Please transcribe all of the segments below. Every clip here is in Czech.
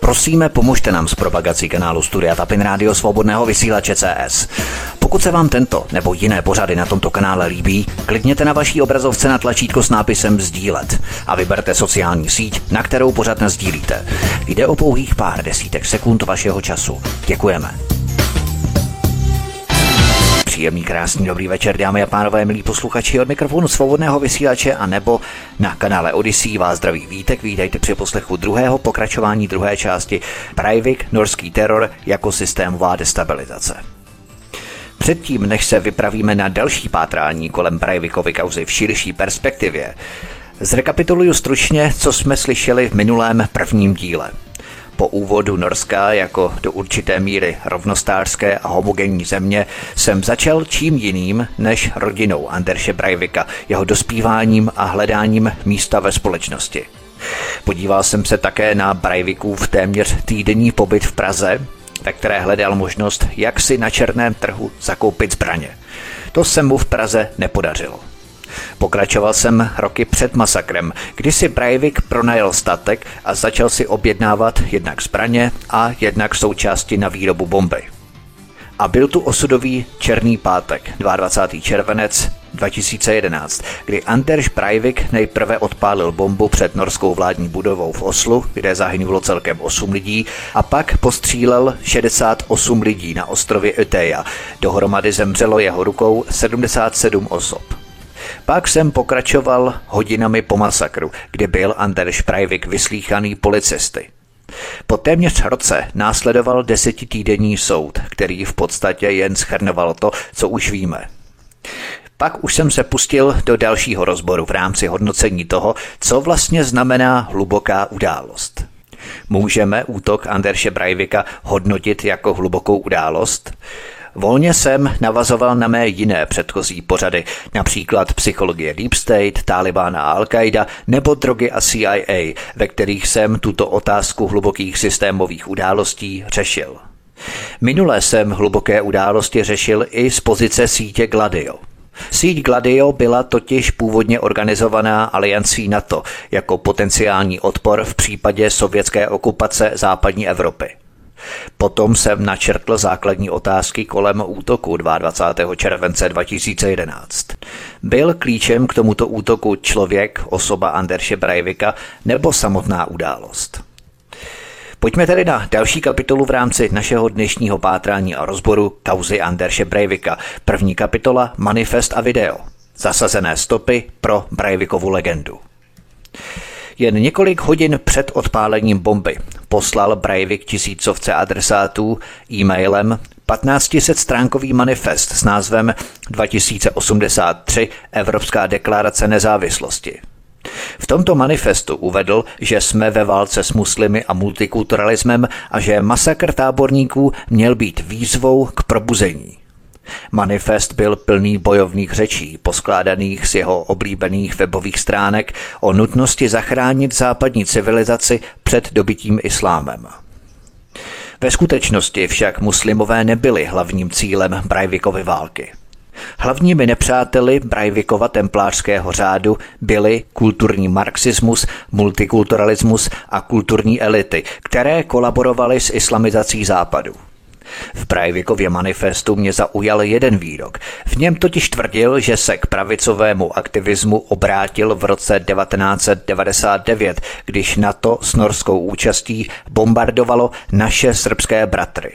Prosíme, pomožte nám s propagací kanálu Studia Tapin Rádio Svobodného vysílače CS. Pokud se vám tento nebo jiné pořady na tomto kanále líbí, klikněte na vaší obrazovce na tlačítko s nápisem sdílet a vyberte sociální síť, na kterou pořad nasdílíte. Jde o pouhých pár desítek sekund vašeho času. Děkujeme. Příjemný, krásný, dobrý večer, dámy a pánové, milí posluchači, od mikrofonu Svobodného vysílače a nebo na kanále Odyssey vás zdraví Vítek. Vítejte při poslechu druhého pokračování druhé části Breivik, norský teror jako systémová destabilizace. Předtím, než se vypravíme na další pátrání kolem Breivikovy kauzy v širší perspektivě, zrekapituluju stručně, co jsme slyšeli v minulém prvním díle. Po úvodu Norska jako do určité míry rovnostářské a homogenní země jsem začal čím jiným než rodinou Anderse Breivika, jeho dospíváním a hledáním místa ve společnosti. Podíval jsem se také na Breivikův téměř týdenní pobyt v Praze, ve které hledal možnost, jak si na černém trhu zakoupit zbraně. To se mu v Praze nepodařilo. Pokračoval jsem roky před masakrem, kdy si Breivik pronajal statek a začal si objednávat jednak zbraně a jednak součásti na výrobu bomby. A byl tu osudový Černý pátek, 22. červenec 2011, kdy Anders Breivik nejprve odpálil bombu před norskou vládní budovou v Oslu, kde zahynulo celkem 8 lidí, a pak postřílel 68 lidí na ostrově Utøya. Dohromady zemřelo jeho rukou 77 osob. Pak jsem pokračoval hodinami po masakru, kdy byl Anders Breivik vyslýchaný policisty. Po téměř roce následoval 10týdenní soud, který v podstatě jen shrnoval to, co už víme. Pak už jsem se pustil do dalšího rozboru v rámci hodnocení toho, co vlastně znamená hluboká událost. Můžeme útok Anderse Breivika hodnotit jako hlubokou událost? Volně jsem navazoval na mé jiné předchozí pořady, například psychologie Deep State, Taliban a Al-Qaida nebo drogy a CIA, ve kterých jsem tuto otázku hlubokých systémových událostí řešil. Minule jsem hluboké události řešil i z pozice sítě Gladio. Síť Gladio byla totiž původně organizovaná aliancí NATO jako potenciální odpor v případě sovětské okupace západní Evropy. Potom jsem načrtl základní otázky kolem útoku 22. července 2011. Byl klíčem k tomuto útoku člověk, osoba Anderse Breivika nebo samotná událost? Pojďme tedy na další kapitolu v rámci našeho dnešního pátrání a rozboru kauzy Anderse Breivika. První kapitola Manifest a video. Zasazené stopy pro Breivikovu legendu. Jen několik hodin před odpálením bomby poslal Breivik tisícovce adresátů e-mailem 1500stránkový manifest s názvem 2083 Evropská deklarace nezávislosti. V tomto manifestu uvedl, že jsme ve válce s muslimy a multikulturalismem a že masakr táborníků měl být výzvou k probuzení. Manifest byl plný bojovných řečí, poskládaných z jeho oblíbených webových stránek o nutnosti zachránit západní civilizaci před dobytím islámem. Ve skutečnosti však muslimové nebyli hlavním cílem Breivikovy války. Hlavními nepřáteli Breivikova templářského řádu byli kulturní marxismus, multikulturalismus a kulturní elity, které kolaborovaly s islamizací západu. V Breivikově manifestu mě zaujal jeden výrok. V něm totiž tvrdil, že se k pravicovému aktivismu obrátil v roce 1999, když NATO s norskou účastí bombardovalo naše srbské bratry.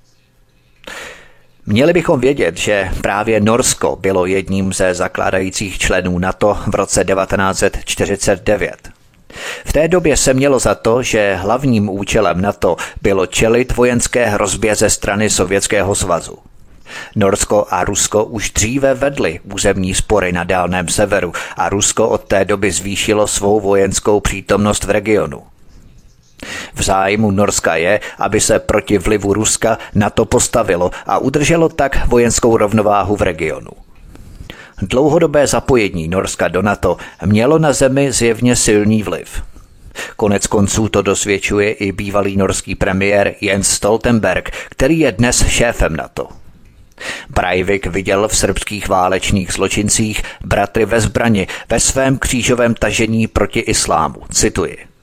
Měli bychom vědět, že právě Norsko bylo jedním ze zakládajících členů NATO v roce 1949. V té době se mělo za to, že hlavním účelem NATO bylo čelit vojenské hrozbě ze strany Sovětského svazu. Norsko a Rusko už dříve vedly územní spory na Dálném severu a Rusko od té doby zvýšilo svou vojenskou přítomnost v regionu. V zájmu Norska je, aby se proti vlivu Ruska NATO postavilo a udrželo tak vojenskou rovnováhu v regionu. Dlouhodobé zapojení Norska do NATO mělo na zemi zjevně silný vliv. Konec konců to dosvědčuje i bývalý norský premiér Jens Stoltenberg, který je dnes šéfem NATO. Breivik viděl v srbských válečných zločincích bratry ve zbrani ve svém křížovém tažení proti islámu. Cituji.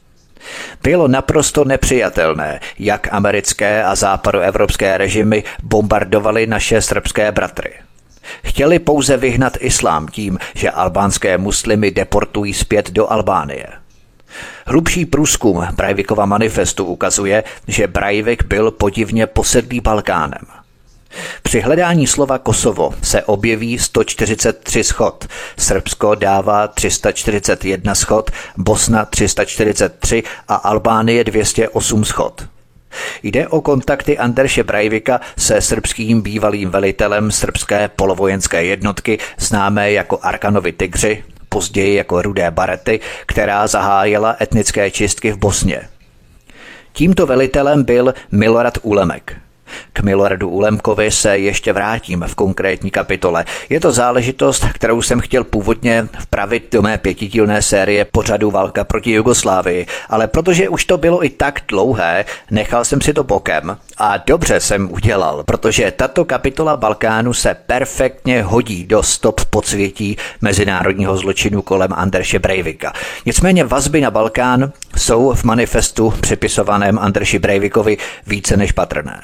Bylo naprosto nepřijatelné, jak americké a západoevropské režimy bombardovaly naše srbské bratry. Chtěli pouze vyhnat islám tím, že albánské muslimy deportují zpět do Albánie. Hlubší průzkum Breivikova manifestu ukazuje, že Breivik byl podivně posedlý Balkánem. Při hledání slova Kosovo se objeví 143 schod, Srbsko dává 341 schod, Bosna 343 a Albánie 208 schod. Jde o kontakty Anderše Breivika se srbským bývalým velitelem srbské polovojenské jednotky, známé jako Arkanovi Tygři, později jako Rudé barety, která zahájila etnické čistky v Bosně. Tímto velitelem byl Milorad Ulemek. K Miloradu Ulemkovi se ještě vrátím v konkrétní kapitole. Je to záležitost, kterou jsem chtěl původně vpravit do mé 5dílné série pořadu Válka proti Jugoslávii, ale protože už to bylo i tak dlouhé, nechal jsem si to bokem a dobře jsem udělal, protože tato kapitola Balkánu se perfektně hodí do stop podsvětí mezinárodního zločinu kolem Anderše Breivika. Nicméně vazby na Balkán jsou v manifestu připisovaném Anderši Breivikovi více než patrné.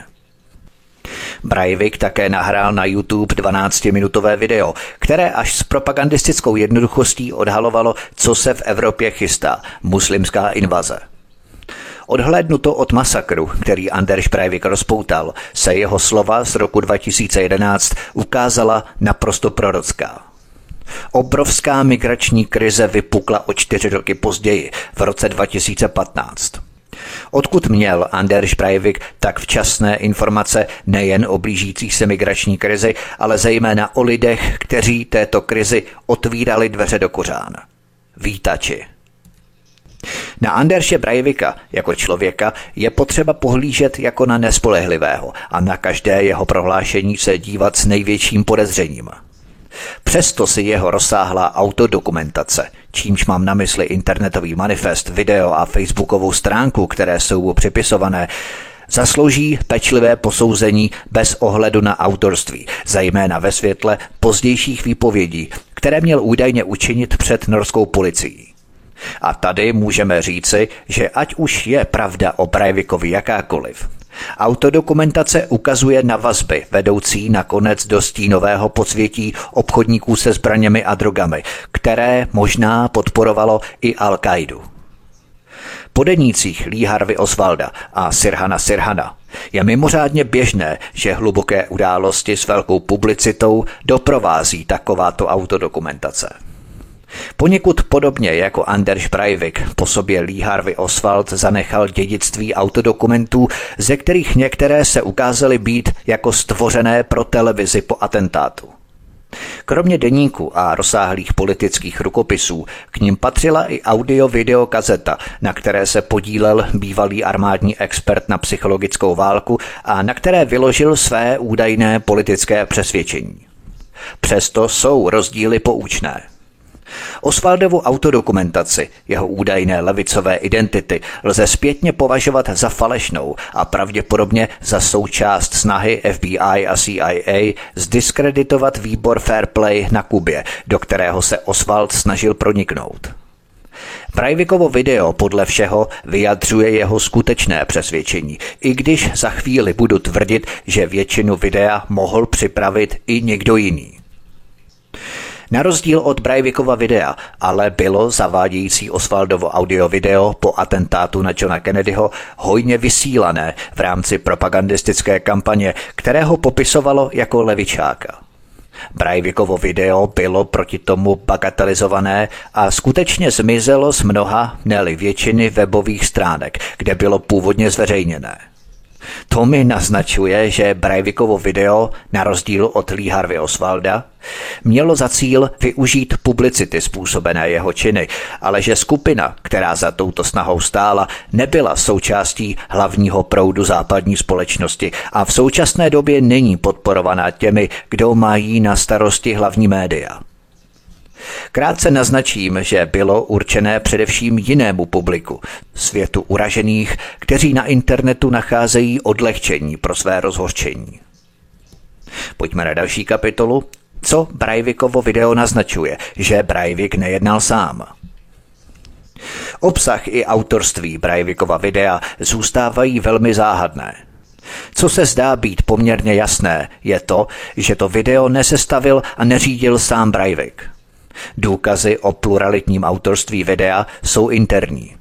Breivik také nahrál na YouTube 12-minutové video, které až s propagandistickou jednoduchostí odhalovalo, co se v Evropě chystá – muslimská invaze. Odhlédnuto od masakru, který Anders Breivik rozpoutal, se jeho slova z roku 2011 ukázala naprosto prorocká. Obrovská migrační krize vypukla o 4 roky později, v roce 2015. Odkud měl Anders Breivik tak včasné informace nejen o blížící se migrační krizi, ale zejména o lidech, kteří této krizi otvírali dveře do kořán? Vítači. Na Anderše Breivika jako člověka je potřeba pohlížet jako na nespolehlivého a na každé jeho prohlášení se dívat s největším podezřením. Přesto si jeho rozsáhlá autodokumentace, čímž mám na mysli internetový manifest, video a facebookovou stránku, které jsou mu připisované, zaslouží pečlivé posouzení bez ohledu na autorství, zejména ve světle pozdějších výpovědí, které měl údajně učinit před norskou policií. A tady můžeme říci, že ať už je pravda o Breivikovi jakákoliv, autodokumentace ukazuje na vazby vedoucí nakonec do stínového podsvětí obchodníků se zbraněmi a drogami, které možná podporovalo i Al-Kaidu. Po denících Lee Harvey Oswalda a Sirhana Sirhana je mimořádně běžné, že hluboké události s velkou publicitou doprovází takováto autodokumentace. Poněkud podobně jako Anders Breivik po sobě Lee Harvey Oswald zanechal dědictví autodokumentů, ze kterých některé se ukázaly být jako stvořené pro televizi po atentátu. Kromě deníku a rozsáhlých politických rukopisů k nim patřila i audio-video kazeta, na které se podílel bývalý armádní expert na psychologickou válku a na které vyložil své údajné politické přesvědčení. Přesto jsou rozdíly poučné. Oswaldovu autodokumentaci, jeho údajné levicové identity, lze zpětně považovat za falešnou a pravděpodobně za součást snahy FBI a CIA zdiskreditovat výbor Fair Play na Kubě, do kterého se Oswald snažil proniknout. Breivikovo video podle všeho vyjadřuje jeho skutečné přesvědčení, i když za chvíli budu tvrdit, že většinu videa mohl připravit i někdo jiný. Na rozdíl od Breivikova videa ale bylo zavádějící Oswaldovo audio-video po atentátu na Johna Kennedyho hojně vysílané v rámci propagandistické kampaně, které ho popisovalo jako levičáka. Breivikovo video bylo proti tomu bagatelizované a skutečně zmizelo z mnoha, ne-li většiny webových stránek, kde bylo původně zveřejněné. To mi naznačuje, že Breivikovo video, na rozdíl od Lee Harvey Oswalda, mělo za cíl využít publicity způsobené jeho činy, ale že skupina, která za touto snahou stála, nebyla součástí hlavního proudu západní společnosti a v současné době není podporovaná těmi, kdo mají na starosti hlavní média. Krátce naznačím, že bylo určené především jinému publiku, světu uražených, kteří na internetu nacházejí odlehčení pro své rozhořčení. Pojďme na další kapitolu. Co Breivikovo video naznačuje, že Breivik nejednal sám? Obsah i autorství Breivikova videa zůstávají velmi záhadné. Co se zdá být poměrně jasné, je to, že to video nesestavil a neřídil sám Breivik. Důkazy o pluralitním autorství videa jsou interní.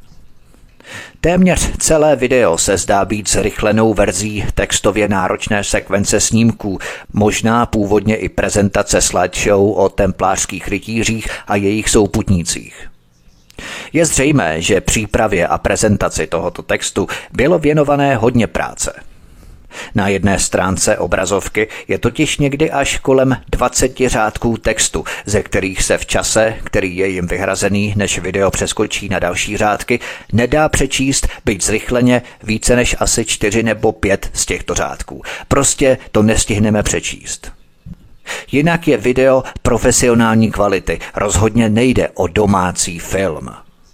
Téměř celé video se zdá být zrychlenou verzí textově náročné sekvence snímků, možná původně i prezentace slideshow o templářských rytířích a jejich souputnících. Je zřejmé, že přípravě a prezentaci tohoto textu bylo věnované hodně práce. Na jedné stránce obrazovky je totiž někdy až kolem 20 řádků textu, ze kterých se v čase, který je jim vyhrazený, než video přeskočí na další řádky, nedá přečíst, byť zrychleně, více než asi 4 nebo 5 z těchto řádků. Prostě to nestihneme přečíst. Jinak je video profesionální kvality, rozhodně nejde o domácí film.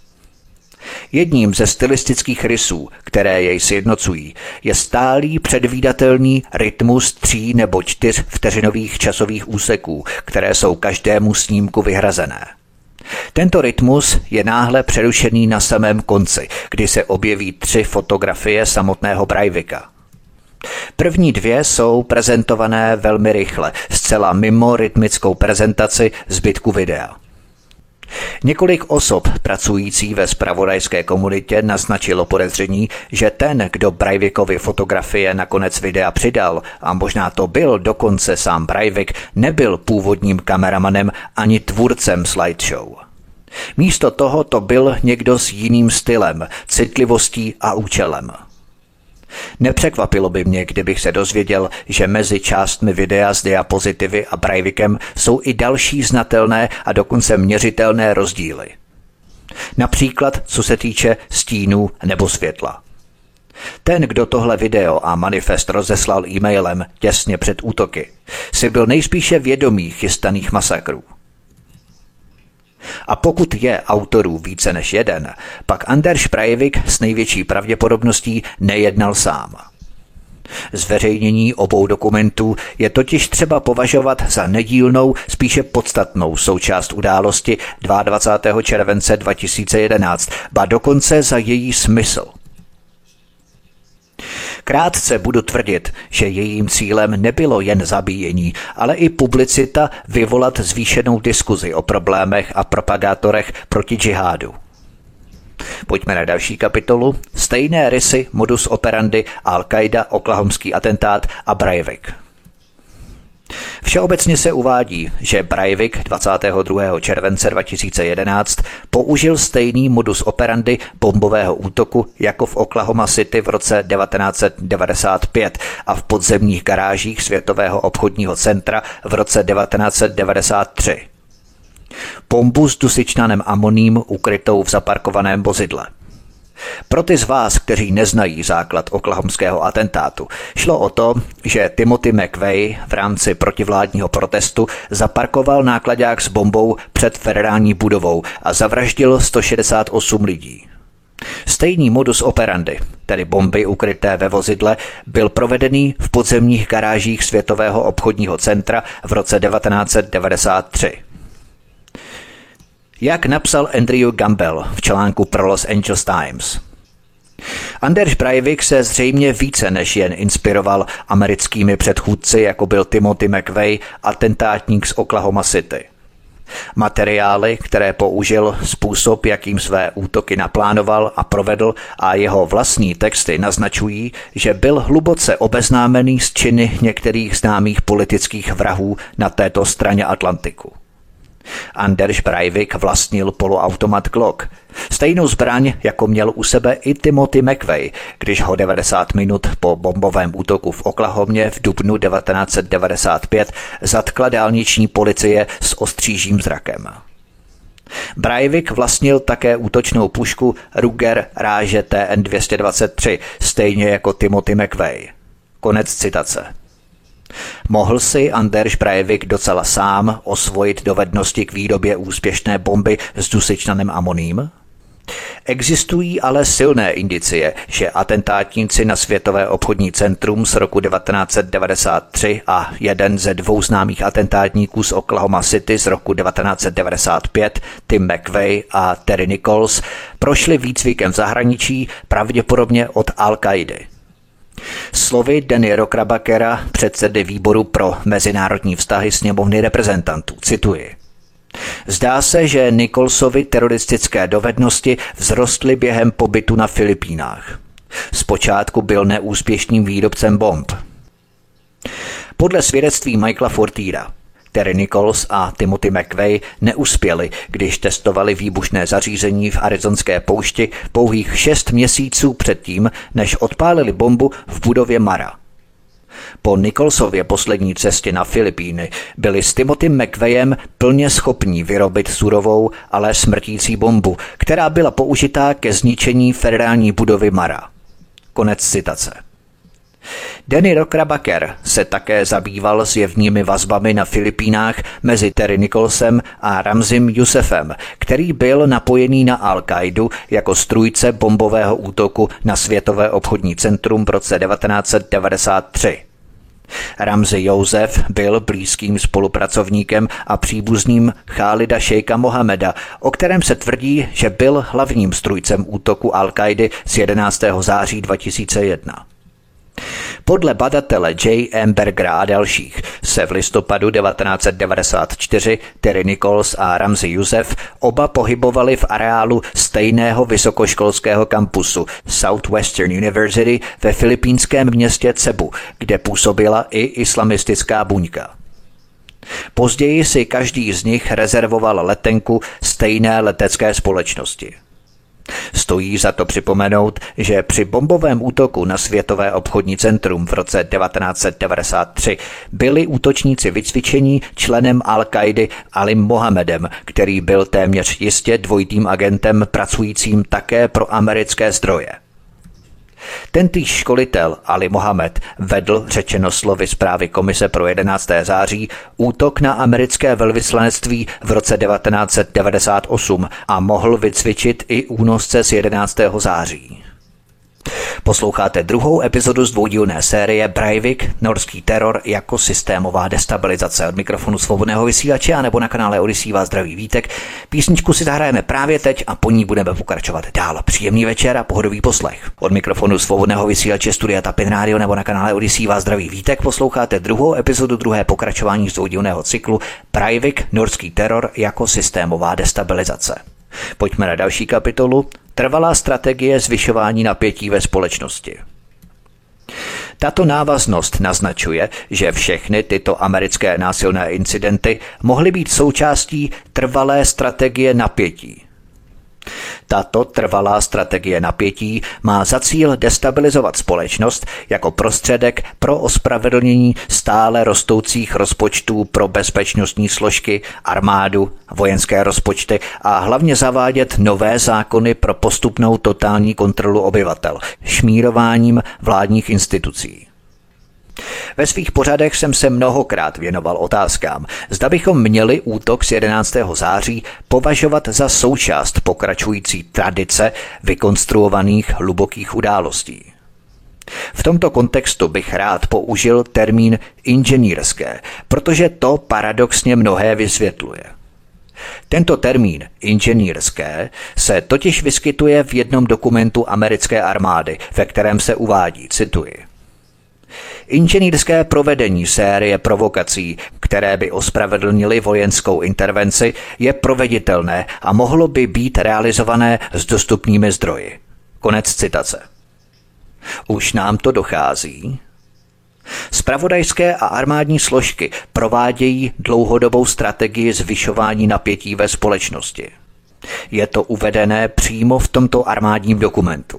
Jedním ze stylistických rysů, které jej sjednocují, je stálý předvídatelný rytmus 3 nebo 4 vteřinových časových úseků, které jsou každému snímku vyhrazené. Tento rytmus je náhle přerušený na samém konci, kdy se objeví 3 fotografie samotného Breivika. První 2 jsou prezentované velmi rychle, zcela mimo rytmickou prezentaci zbytku videa. Několik osob pracující ve zpravodajské komunitě naznačilo podezření, že ten, kdo Breivikovi fotografie na konec videa přidal, a možná to byl dokonce sám Breivik, nebyl původním kameramanem ani tvůrcem slideshow. Místo toho to byl někdo s jiným stylem, citlivostí a účelem. Nepřekvapilo by mě, kdybych se dozvěděl, že mezi částmi videa s diapozitivy a Breivikem jsou i další znatelné a dokonce měřitelné rozdíly. Například co se týče stínů nebo světla. Ten, kdo tohle video a manifest rozeslal e-mailem těsně před útoky, si byl nejspíše vědomý chystaných masakrů. A pokud je autorů více než jeden, pak Anders Breivik s největší pravděpodobností nejednal sám. Zveřejnění obou dokumentů je totiž třeba považovat za nedílnou, spíše podstatnou součást události 22. července 2011, ba dokonce za její smysl. Krátce budu tvrdit, že jejím cílem nebylo jen zabíjení, ale i publicita vyvolat zvýšenou diskuzi o problémech a propagátorech proti džihádu. Pojďme na další kapitolu. Stejné rysy, modus operandi, Al-Qaida, oklahomský atentát a Breivik. Všeobecně se uvádí, že Breivik 22. července 2011 použil stejný modus operandi bombového útoku jako v Oklahoma City v roce 1995 a v podzemních garážích Světového obchodního centra v roce 1993. Bombu s dusičnanem amoným ukrytou v zaparkovaném vozidle. Pro ty z vás, kteří neznají základ oklahomského atentátu, šlo o to, že Timothy McVeigh v rámci protivládního protestu zaparkoval náklaďák s bombou před federální budovou a zavraždil 168 lidí. Stejný modus operandi, tedy bomby ukryté ve vozidle, byl provedený v podzemních garážích Světového obchodního centra v roce 1993. Jak napsal Andrew Gamble v článku pro Los Angeles Times. Anders Breivik se zřejmě více než jen inspiroval americkými předchůdci, jako byl Timothy McVeigh, atentátník z Oklahoma City. Materiály, které použil, způsob, jakým své útoky naplánoval a provedl, a jeho vlastní texty naznačují, že byl hluboce obeznámený s činy některých známých politických vrahů na této straně Atlantiku. Anders Breivik vlastnil poloautomat Glock, stejnou zbraň, jako měl u sebe i Timothy McVeigh, když ho 90 minut po bombovém útoku v Oklahomě v dubnu 1995 zatkla dálniční policie s ostřížím zrakem. Breivik vlastnil také útočnou pušku Ruger Rage TN-223, stejně jako Timothy McVeigh. Konec citace. Mohl si Anders Breivik docela sám osvojit dovednosti k výrobě úspěšné bomby s dusičnanem amoným? Existují ale silné indicie, že atentátníci na Světové obchodní centrum z roku 1993 a jeden ze dvou známých atentátníků z Oklahoma City z roku 1995, Tim McVeigh a Terry Nichols, prošli výcvikem v zahraničí, pravděpodobně od Al-Kaidy. Slovy Denny Rokrabakera, předsedy výboru pro mezinárodní vztahy sněmovny reprezentantů, cituji: Zdá se, že Nicholsovy teroristické dovednosti vzrostly během pobytu na Filipínách. Zpočátku byl neúspěšným výrobcem bomb. Podle svědectví Michaela Fortiera, Terry Nichols a Timothy McVeigh neuspěli, když testovali výbušné zařízení v arizonské poušti pouhých 6 měsíců předtím, než odpálili bombu v budově Mara. Po Nicholsově poslední cestě na Filipíny byli s Timothym McVeighem plně schopní vyrobit surovou, ale smrtící bombu, která byla použitá ke zničení federální budovy Mara. Konec citace. Denny Rokrabaker se také zabýval zjevnými vazbami na Filipínách mezi Terry Nicholsem a Ramzim Yousefem, který byl napojený na Al-Kaidu jako strůjce bombového útoku na Světové obchodní centrum v roce 1993. Ramzi Yousef byl blízkým spolupracovníkem a příbuzným Chálida šejka Mohameda, o kterém se tvrdí, že byl hlavním strůjcem útoku Al-Kaidy z 11. září 2001. Podle badatele J. M. Bergera a dalších se v listopadu 1994 Terry Nichols a Ramzi Yousef oba pohybovali v areálu stejného vysokoškolského kampusu Southwestern University ve filipínském městě Cebu, kde působila i islamistická buňka. Později si každý z nich rezervoval letenku stejné letecké společnosti. Stojí za to připomenout, že při bombovém útoku na Světové obchodní centrum v roce 1993 byli útočníci vycvičení členem Al-Kaidy Alim Mohamedem, který byl téměř jistě dvojitým agentem pracujícím také pro americké zdroje. Tentýž školitel Ali Mohamed vedl, řečeno slovy zprávy Komise pro 11. září, útok na americké velvyslanectví v roce 1998 a mohl vycvičit i únosce z 11. září. Posloucháte druhou epizodu z dvoudílné série Breivik, norský teror jako systémová destabilizace. Od mikrofonu Svobodného vysílače a nebo na kanále Odyssey vás zdraví Vítek. Písničku si zahrajeme právě teď a po ní budeme pokračovat dál. Příjemný večer a pohodový poslech. Od mikrofonu Svobodného vysílače Studia Tapin Radio nebo na kanále Odyssey vás zdraví Vítek. Posloucháte druhou epizodu druhé pokračování z dvoudílného cyklu Breivik, norský teror jako systémová destabilizace. Pojďme na další kapitolu. Trvalá strategie zvyšování napětí ve společnosti. Tato návaznost naznačuje, že všechny tyto americké násilné incidenty mohly být součástí trvalé strategie napětí. Tato trvalá strategie napětí má za cíl destabilizovat společnost jako prostředek pro ospravedlnění stále rostoucích rozpočtů pro bezpečnostní složky, armádu, vojenské rozpočty a hlavně zavádět nové zákony pro postupnou totální kontrolu obyvatel, šmírováním vládních institucí. Ve svých pořadech jsem se mnohokrát věnoval otázkám, zda bychom měli útok z 11. září považovat za součást pokračující tradice vykonstruovaných hlubokých událostí. V tomto kontextu bych rád použil termín inženýrské, protože to paradoxně mnohé vysvětluje. Tento termín inženýrské se totiž vyskytuje v jednom dokumentu americké armády, ve kterém se uvádí, cituji: Inženýrské provedení série provokací, které by ospravedlnily vojenskou intervenci, je proveditelné a mohlo by být realizované s dostupnými zdroji. Konec citace. Už nám to dochází. Zpravodajské a armádní složky provádějí dlouhodobou strategii zvyšování napětí ve společnosti. Je to uvedené přímo v tomto armádním dokumentu.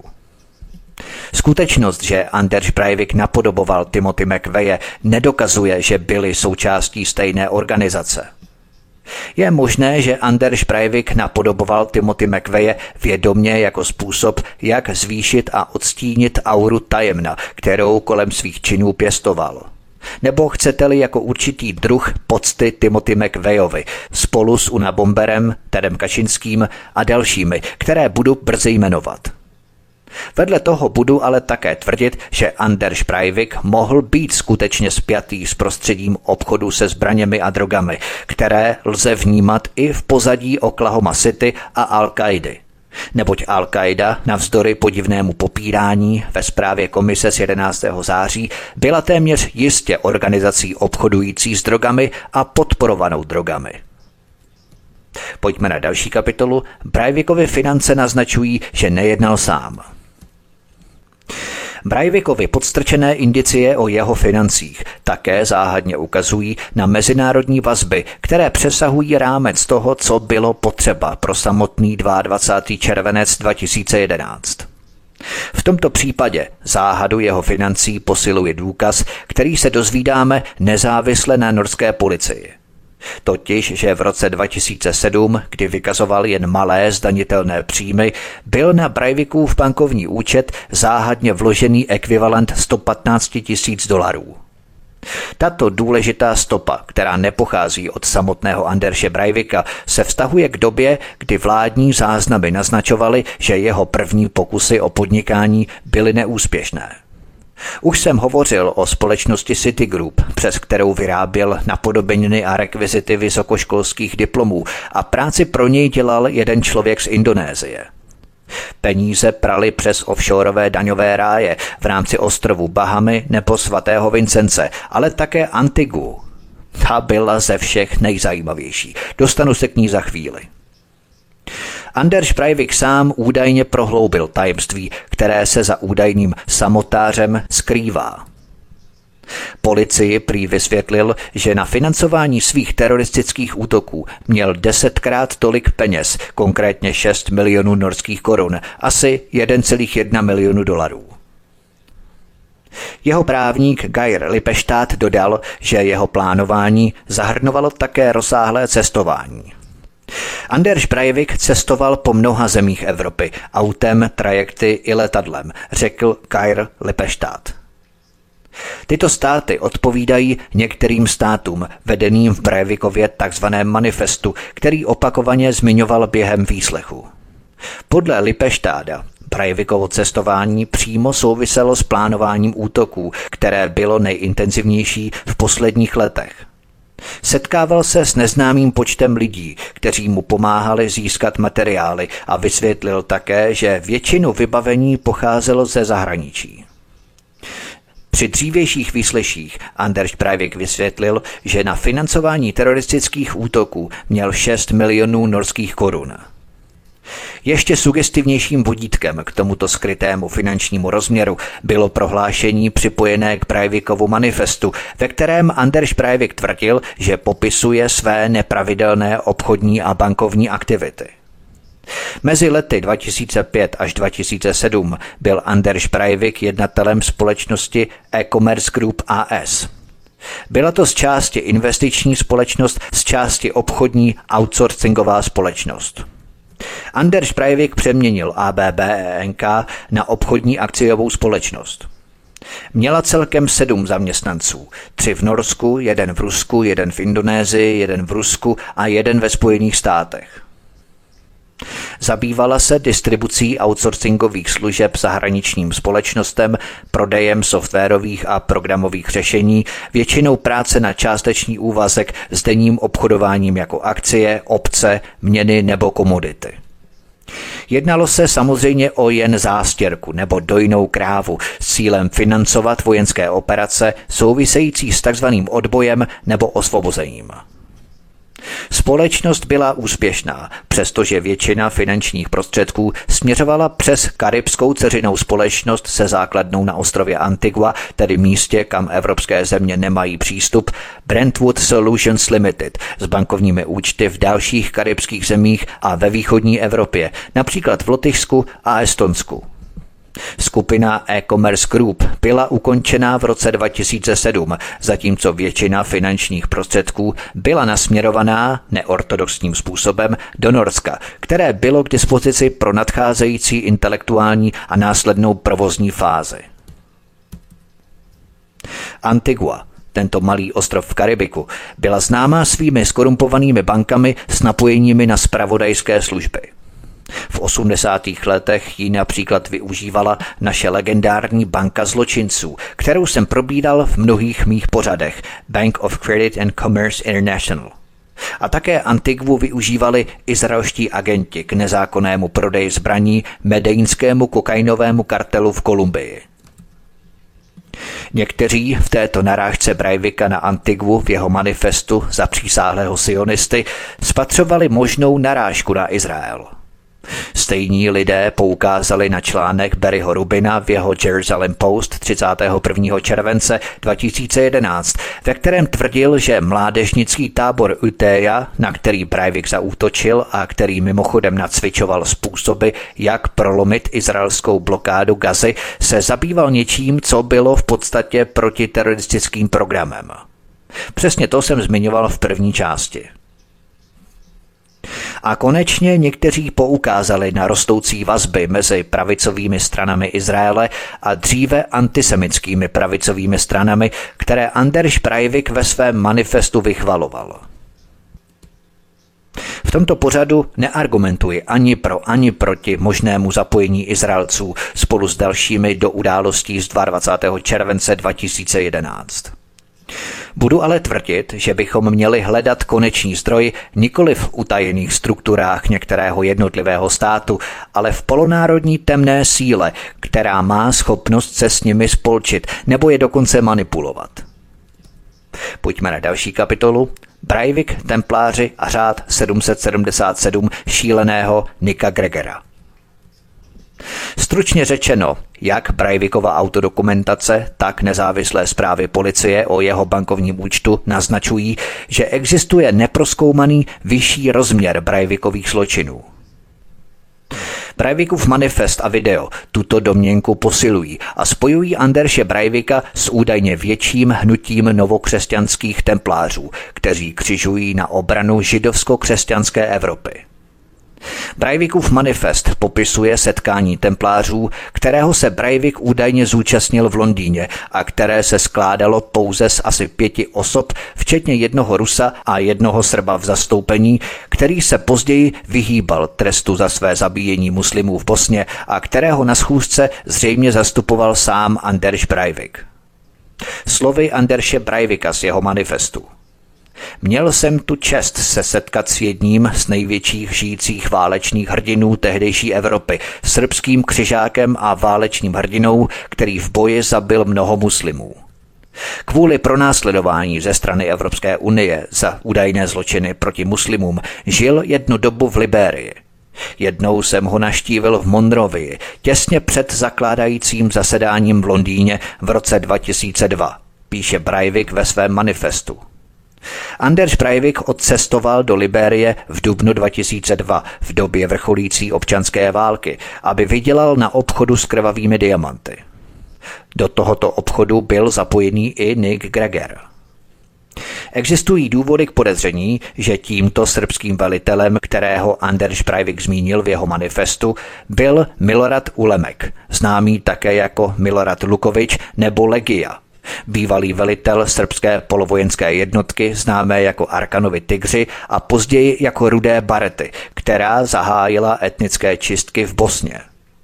Skutečnost, že Anders Breivik napodoboval Timothy McVeighe, nedokazuje, že byli součástí stejné organizace. Je možné, že Anders Breivik napodoboval Timothy McVeighe vědomě jako způsob, jak zvýšit a odstínit auru tajemna, kterou kolem svých činů pěstoval. Nebo chcete-li jako určitý druh pocty Timothy McVeighovi spolu s Unabomberem, Tedem Kačinským a dalšími, které budu brzy jmenovat. Vedle toho budu ale také tvrdit, že Anders Breivik mohl být skutečně spjatý s prostředím obchodu se zbraněmi a drogami, které lze vnímat i v pozadí Oklahoma City a Al-Kaidy. Neboť Al-Qaida, navzdory podivnému popírání ve zprávě komise z 11. září, byla téměř jistě organizací obchodující s drogami a podporovanou drogami. Pojďme na další kapitolu. Breivikovy finance naznačují, že nejednal sám. Breivikovi podstrčené indicie o jeho financích také záhadně ukazují na mezinárodní vazby, které přesahují rámec toho, co bylo potřeba pro samotný 22. červenec 2011. V tomto případě záhadu jeho financí posiluje důkaz, který se dozvídáme nezávisle na norské policii. Totiž, že v roce 2007, kdy vykazoval jen malé zdanitelné příjmy, byl na Breivikův bankovní účet záhadně vložený ekvivalent $115 000. Tato důležitá stopa, která nepochází od samotného Anderse Breivika, se vztahuje k době, kdy vládní záznamy naznačovaly, že jeho první pokusy o podnikání byly neúspěšné. Už jsem hovořil o společnosti Citigroup, přes kterou vyráběl napodobeniny a rekvizity vysokoškolských diplomů a práci pro něj dělal jeden člověk z Indonésie. Peníze prali přes offshoreové daňové ráje v rámci ostrovů Bahamy nebo svatého Vincence, ale také Antigu. Ta byla ze všech nejzajímavější. Dostanu se k ní za chvíli. Anders Breivik sám údajně prohloubil tajemství, které se za údajným samotářem skrývá. Policii prý vysvětlil, že na financování svých teroristických útoků měl 10krát tolik peněz, konkrétně 6 milionů norských korun, asi 1,1 milionu dolarů. Jeho právník Geir Lippestadt dodal, že jeho plánování zahrnovalo také rozsáhlé cestování. Anders Breivik cestoval po mnoha zemích Evropy, autem, trajekty i letadlem, řekl Geir Lippestadt. Tyto státy odpovídají některým státům vedeným v Breivikově takzvaném manifestu, který opakovaně zmiňoval během výslechu. Podle Lippestadta Breivikovo cestování přímo souviselo s plánováním útoků, které bylo nejintenzivnější v posledních letech. Setkával se s neznámým počtem lidí, kteří mu pomáhali získat materiály a vysvětlil také, že většinu vybavení pocházelo ze zahraničí. Při dřívějších výsleších Anders Breivik vysvětlil, že na financování teroristických útoků měl 6 milionů norských korun. Ještě sugestivnějším vodítkem k tomuto skrytému finančnímu rozměru bylo prohlášení připojené k Breivikovu manifestu, ve kterém Anders Breivik tvrdil, že popisuje své nepravidelné obchodní a bankovní aktivity. Mezi lety 2005 až 2007 byl Anders Breivik jednatelem společnosti E-Commerce Group AS. Byla to z části investiční společnost, z části obchodní outsourcingová společnost. Anders Breivik přeměnil ABB ENK na obchodní akciovou společnost. Měla celkem 7 zaměstnanců, 3 v Norsku, 1 v Rusku, 1 v Indonésii, 1 v Rusku a 1 ve Spojených státech. Zabývala se distribucí outsourcingových služeb zahraničním společnostem, prodejem softwarových a programových řešení, většinou práce na částečný úvazek s denním obchodováním jako akcie, opce, měny nebo komodity. Jednalo se samozřejmě o jen zástěrku nebo dojnou krávu s cílem financovat vojenské operace související s takzvaným odbojem nebo osvobozením. Společnost byla úspěšná, přestože většina finančních prostředků směřovala přes karibskou dceřinou společnost se základnou na ostrově Antigua, tedy místě, kam evropské země nemají přístup, Brentwood Solutions Limited s bankovními účty v dalších karibských zemích a ve východní Evropě, například v Lotyšsku a Estonsku. Skupina E-Commerce Group byla ukončena v roce 2007, zatímco většina finančních prostředků byla nasměrovaná neortodoxním způsobem do Norska, které bylo k dispozici pro nadcházející intelektuální a následnou provozní fázi. Antigua, tento malý ostrov v Karibiku, byla známá svými skorumpovanými bankami s napojeními na zpravodajské služby. V 80. letech ji například využívala naše legendární banka zločinců, kterou jsem probíral v mnohých mých pořadech Bank of Credit and Commerce International. A také Antigvu využívali izraelští agenti k nezákonnému prodeji zbraní medeinskému kokainovému kartelu v Kolumbii. Někteří v této narážce Breivika na Antigvu v jeho manifestu za přísáhlého sionisty spatřovali možnou narážku na Izrael. Stejní lidé poukázali na článek Barryho Rubina v jeho Jerusalem Post 31. července 2011, ve kterém tvrdil, že mládežnický tábor Utéja, na který Breivik zaútočil a který mimochodem nacvičoval způsoby, jak prolomit izraelskou blokádu Gazy, se zabýval něčím, co bylo v podstatě protiteroristickým programem. Přesně to jsem zmiňoval v první části. A konečně někteří poukázali na rostoucí vazby mezi pravicovými stranami Izraele a dříve antisemickými pravicovými stranami, které Anders Breivik ve svém manifestu vychvaloval. V tomto pořadu neargumentuji ani pro, ani proti možnému zapojení Izraelců spolu s dalšími do událostí z 22. července 2011. Budu ale tvrdit, že bychom měli hledat konečný zdroj nikoli v utajených strukturách některého jednotlivého státu, ale v polonárodní temné síle, která má schopnost se s nimi spolčit nebo je dokonce manipulovat. Pojďme na další kapitolu. Breivik, templáři a řád 777 šíleného Nicka Gregora. Stručně řečeno, jak Breivikova autodokumentace, tak nezávislé zprávy policie o jeho bankovním účtu naznačují, že existuje neprozkoumaný vyšší rozměr Breivikových zločinů. Breivikův manifest a video tuto domněnku posilují a spojují Anderse Breivika s údajně větším hnutím novokřesťanských templářů, kteří křižují na obranu židovsko-křesťanské Evropy. Breivikův manifest popisuje setkání templářů, kterého se Breivik údajně zúčastnil v Londýně a které se skládalo pouze z asi 5 osob, včetně jednoho Rusa a jednoho Srba v zastoupení, který se později vyhýbal trestu za své zabíjení muslimů v Bosně a kterého na schůzce zřejmě zastupoval sám Anders Breivik. Slovy Anderse Breivika z jeho manifestu. Měl jsem tu čest se setkat s jedním z největších žijících válečných hrdinů tehdejší Evropy, srbským křižákem a válečným hrdinou, který v boji zabil mnoho muslimů. Kvůli pronásledování ze strany Evropské unie za údajné zločiny proti muslimům žil jednu dobu v Libérii. Jednou jsem ho navštívil v Monrovii, těsně před zakládajícím zasedáním v Londýně v roce 2002, píše Breivik ve svém manifestu. Anders Breivik odcestoval do Libérie v dubnu 2002 v době vrcholící občanské války, aby vydělal na obchodu s krvavými diamanty. Do tohoto obchodu byl zapojený i Nick Gregor. Existují důvody k podezření, že tímto srbským velitelem, kterého Anders Breivik zmínil v jeho manifestu, byl Milorad Ulemek, známý také jako Milorad Lukovič nebo Legia, bývalý velitel srbské polovojenské jednotky známé jako Arkanovi Tygři a později jako Rudé barety, která zahájila etnické čistky v Bosně.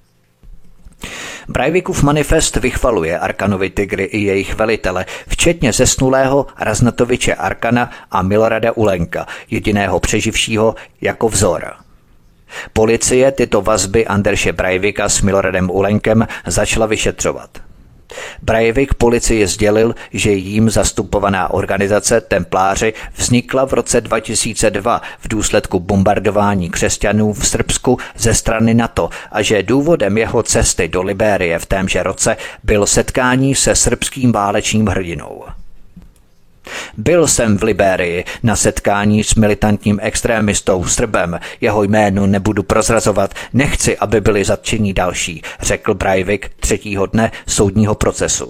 Breivikův manifest vychvaluje Arkanovi Tygry i jejich velitele, včetně zesnulého Raznatoviče Arkana a Milorada Ulenka, jediného přeživšího, jako vzor. Policie tyto vazby Anderse Breivika s Miloradem Ulenkem začala vyšetřovat. Breivik policii sdělil, že jím zastupovaná organizace Templáři vznikla v roce 2002 v důsledku bombardování křesťanů v Srbsku ze strany NATO a že důvodem jeho cesty do Libérie v témže roce bylo setkání se srbským válečným hrdinou. Byl jsem v Libérii na setkání s militantním extrémistou Srbem, jeho jméno nebudu prozrazovat, nechci, aby byli zatčeni další, řekl Breivik 3. dne soudního procesu.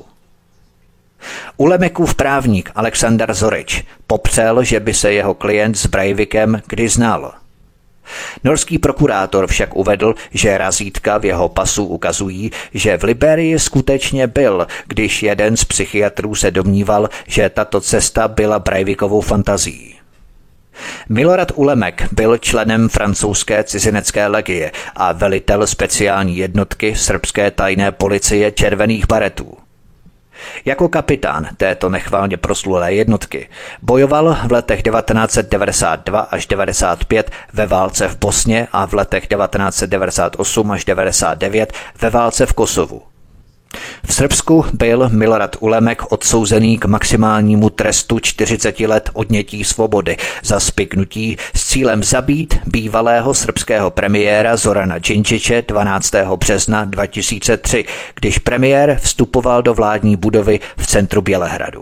Ulemekův právník Aleksandar Zorič popřel, že by se jeho klient s Breivikem kdy znal. Norský prokurátor však uvedl, že razítka v jeho pasu ukazují, že v Liberii skutečně byl, když jeden z psychiatrů se domníval, že tato cesta byla Breivikovou fantazií. Milorad Ulemek byl členem francouzské cizinecké legie a velitel speciální jednotky srbské tajné policie Červených baretů. Jako kapitán této nechvalně proslulé jednotky bojoval v letech 1992 až 1995 ve válce v Bosně a v letech 1998 až 1999 ve válce v Kosovu. V Srbsku byl Milorad Ulemek odsouzený k maximálnímu trestu 40 let odnětí svobody za spiknutí s cílem zabít bývalého srbského premiéra Zorana Đinđiće 12. března 2003, když premiér vstupoval do vládní budovy v centru Bělehradu.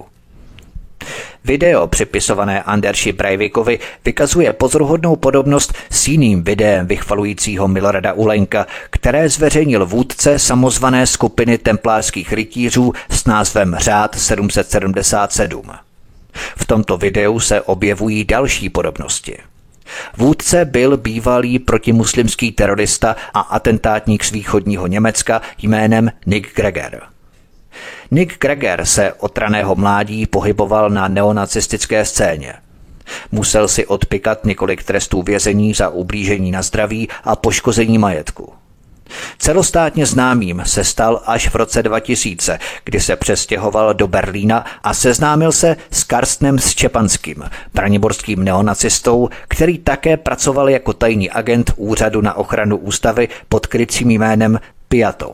Video připisované Andersi Breivikovi vykazuje pozoruhodnou podobnost s jiným videem vychvalujícího Milorada Ulenka, které zveřejnil vůdce samozvané skupiny templářských rytířů s názvem Řád 777. V tomto videu se objevují další podobnosti. Vůdce byl bývalý protimuslimský terorista a atentátník z východního Německa jménem Nick Greger. Nick Greger se od raného mládí pohyboval na neonacistické scéně. Musel si odpikat několik trestů vězení za ublížení na zdraví a poškození majetku. Celostátně známým se stal až v roce 2000, kdy se přestěhoval do Berlína a seznámil se s Karstnem Štěpanským, braniborským neonacistou, který také pracoval jako tajný agent Úřadu na ochranu ústavy pod krycím jménem Piato.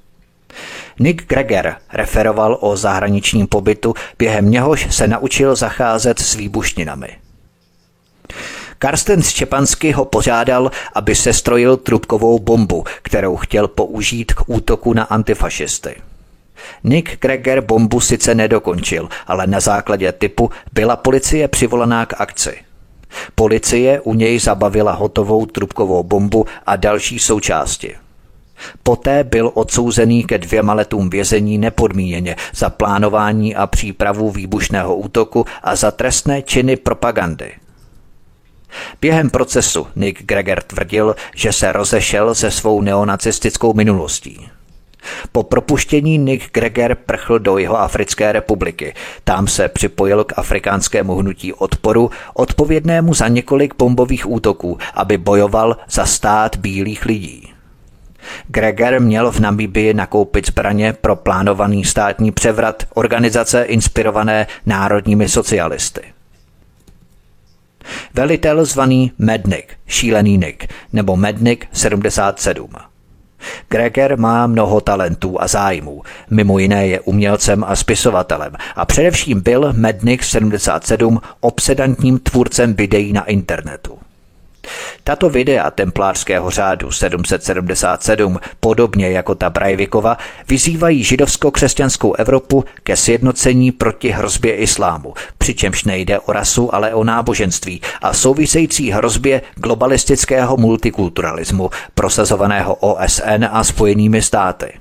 Nick Greger referoval o zahraničním pobytu, během něhož se naučil zacházet s výbušninami. Karsten Štěpansky ho požádal, aby sestrojil trubkovou bombu, kterou chtěl použít k útoku na antifašisty. Nick Greger bombu sice nedokončil, ale na základě tipu byla policie přivolaná k akci. Policie u něj zabavila hotovou trubkovou bombu a další součásti. Poté byl odsouzený ke 2 letům vězení nepodmíněně za plánování a přípravu výbušného útoku a za trestné činy propagandy. Během procesu Nick Greger tvrdil, že se rozešel se svou neonacistickou minulostí. Po propuštění Nick Greger prchl do Jihoafrické republiky. Tam se připojil k afrikánskému hnutí odporu, odpovědnému za několik bombových útoků, aby bojoval za stát bílých lidí. Greger měl v Namibii nakoupit zbraně pro plánovaný státní převrat organizace inspirované národními socialisty. Velitel zvaný Mednik, šílený Nick, nebo Mednik 77. Greger má mnoho talentů a zájmů, mimo jiné je umělcem a spisovatelem a především byl Mednik 77 obsedantním tvůrcem videí na internetu. Tato videa templářského řádu 777, podobně jako ta Breivikova, vyzývají židovsko-křesťanskou Evropu ke sjednocení proti hrozbě islámu, přičemž nejde o rasu, ale o náboženství a související hrozbě globalistického multikulturalismu, prosazovaného OSN a Spojenými státy.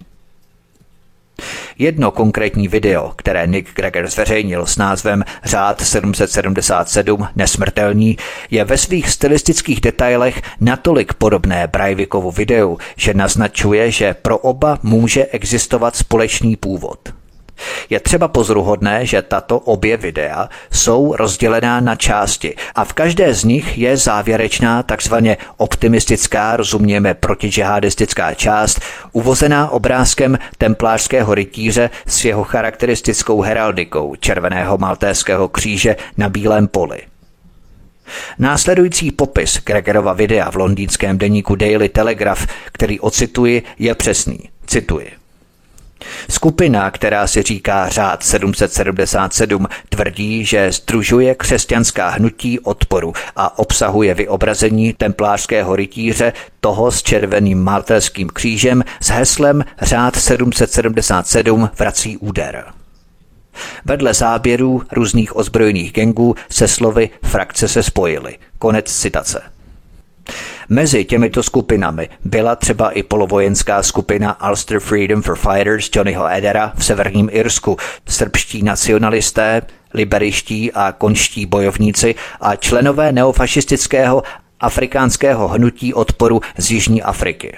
Jedno konkrétní video, které Nick Greger zveřejnil s názvem Řád 777 nesmrtelný, je ve svých stylistických detailech natolik podobné Breivikovu videu, že naznačuje, že pro oba může existovat společný původ. Je třeba pozoruhodné, že tato obě videa jsou rozdělená na části a v každé z nich je závěrečná takzvaně optimistická, rozumějme protidžihadistická část, uvozená obrázkem templářského rytíře s jeho charakteristickou heraldikou červeného maltéského kříže na bílém poli. Následující popis Gregerova videa v londýnském deníku Daily Telegraph, který ocituji, je přesný. Cituji. Skupina, která si říká Řád 777, tvrdí, že sdružuje křesťanská hnutí odporu a obsahuje vyobrazení templářského rytíře, toho s červeným maltéským křížem s heslem Řád 777 vrací úder. Vedle záběrů různých ozbrojených gangů se slovy frakce se spojily. Konec citace. Mezi těmito skupinami byla třeba i polovojenská skupina Ulster Freedom for Fighters Johnnyho Edera v severním Irsku, srbští nacionalisté, liberiští a konští bojovníci a členové neofašistického afrikánského hnutí odporu z Jižní Afriky.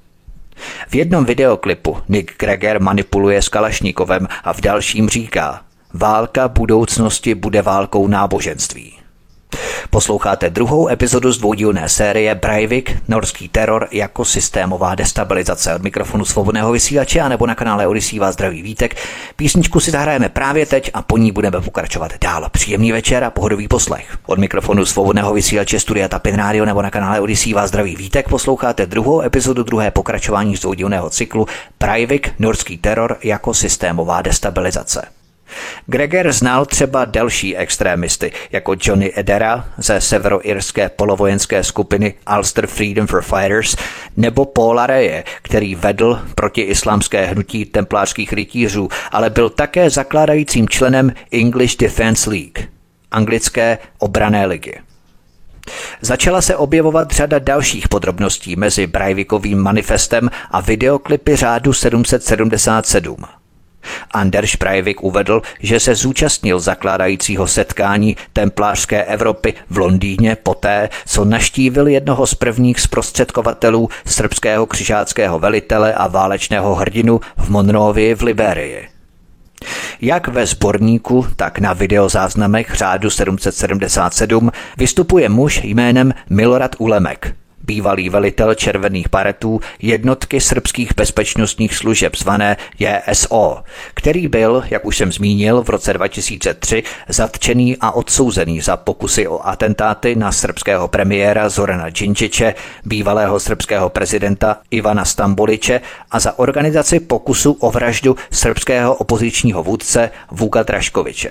V jednom videoklipu Nick Greger manipuluje s Kalašnikovem a v dalším říká: válka budoucnosti bude válkou náboženství. Posloucháte druhou epizodu z dvoudílné série Breivik, norský teror jako systémová destabilizace. Od mikrofonu Svobodného vysílače a nebo na kanále Odyssey vás zdraví Vítek. Písničku si zahrajeme právě teď a po ní budeme pokračovat dál. Příjemný večer a pohodový poslech. Od mikrofonu Svobodného vysílače Studia Tapin Radio nebo na kanále Odyssey vás zdraví Vítek. Posloucháte druhou epizodu druhé pokračování z dvoudílného cyklu Breivik, norský teror jako systémová destabilizace. Greger znal třeba další extrémisty, jako Johnny Edera ze severoirské polovojenské skupiny Ulster Freedom for Fighters nebo Paula Raye, který vedl protiislámské hnutí templářských rytířů, ale byl také zakládajícím členem English Defence League, anglické obranné ligy. Začala se objevovat řada dalších podrobností mezi Breivikovým manifestem a videoklipy řádu 777. Anders Breivik uvedl, že se zúčastnil zakládajícího setkání templářské Evropy v Londýně poté, co navštívil jednoho z prvních zprostředkovatelů srbského křižáckého velitele a válečného hrdinu v Monrovii v Liberii. Jak ve sborníku, tak na videozáznamech řádu 777 vystupuje muž jménem Milorad Ulemek, bývalý velitel červených baretů jednotky srbských bezpečnostních služeb zvané JSO, který byl, jak už jsem zmínil, v roce 2003 zatčený a odsouzený za pokusy o atentáty na srbského premiéra Zorana Džindžiče, bývalého srbského prezidenta Ivana Stamboliče a za organizaci pokusu o vraždu srbského opozičního vůdce Vuka Draškoviče.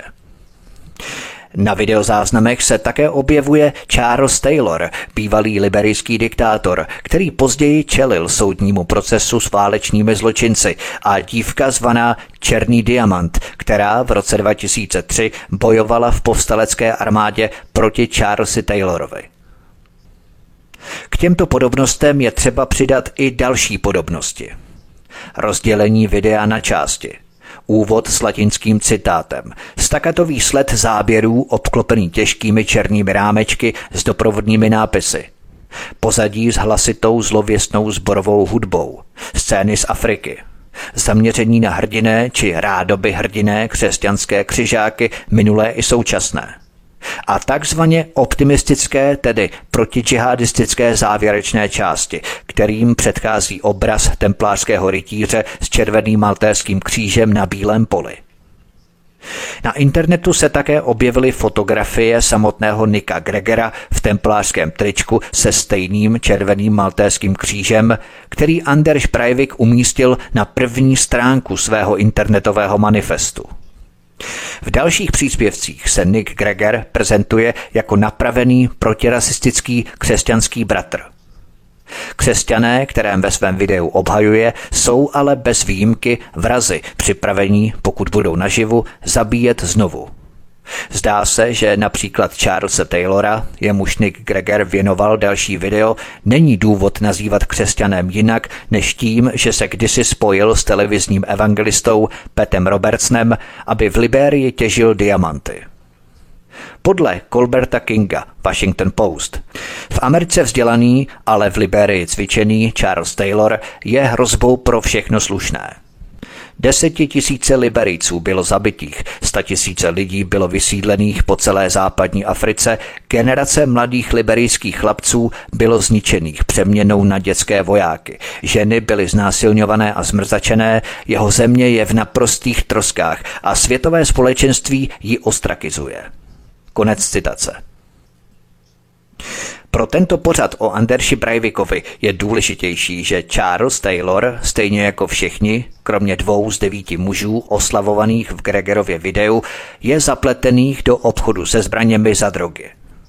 Na videozáznamech se také objevuje Charles Taylor, bývalý liberijský diktátor, který později čelil soudnímu procesu s válečnými zločinci, a dívka zvaná Černý diamant, která v roce 2003 bojovala v povstalecké armádě proti Charlesi Taylorovi. K těmto podobnostem je třeba přidat i další podobnosti. Rozdělení videa na části. Úvod s latinským citátem, stakatový sled záběrů obklopený těžkými černými rámečky s doprovodnými nápisy, pozadí s hlasitou zlověstnou sborovou hudbou, scény z Afriky, zaměření na hrdinné či rádoby hrdinné křesťanské křižáky minulé i současné a takzvaně optimistické, tedy protidžihadistické závěrečné části, kterým předchází obraz templářského rytíře s červeným maltéským křížem na bílém poli. Na internetu se také objevily fotografie samotného Nicka Gregera v templářském tričku se stejným červeným maltéským křížem, který Anders Breivik umístil na první stránku svého internetového manifestu. V dalších příspěvcích se Nick Greger prezentuje jako napravený protirasistický křesťanský bratr. Křesťané, kterém ve svém videu obhajuje, jsou ale bez výjimky vrazi, připravení, pokud budou naživu, zabíjet znovu. Zdá se, že například Charlesa Taylora, jemuž Nick Greger věnoval další video, není důvod nazývat křesťanem jinak než tím, že se kdysi spojil s televizním evangelistou Petem Robertsonem, aby v Liberii těžil diamanty. Podle Colberta Kinga, Washington Post, v Americe vzdělaný, ale v Liberii cvičený Charles Taylor je hrozbou pro všechno slušné. 10 000 Liberijců bylo zabitých, 100 000 lidí bylo vysídlených po celé západní Africe, generace mladých liberijských chlapců bylo zničených přeměnou na dětské vojáky, ženy byly znásilňované a zmrzačené, jeho země je v naprostých troskách a světové společenství ji ostrakizuje. Konec citace. Pro tento pořad o Andersi Breivikovi je důležitější, že Charles Taylor, stejně jako všichni, kromě 2 z 9 mužů oslavovaných v Gregerově videu, je zapletených do obchodu se zbraněmi za drogy.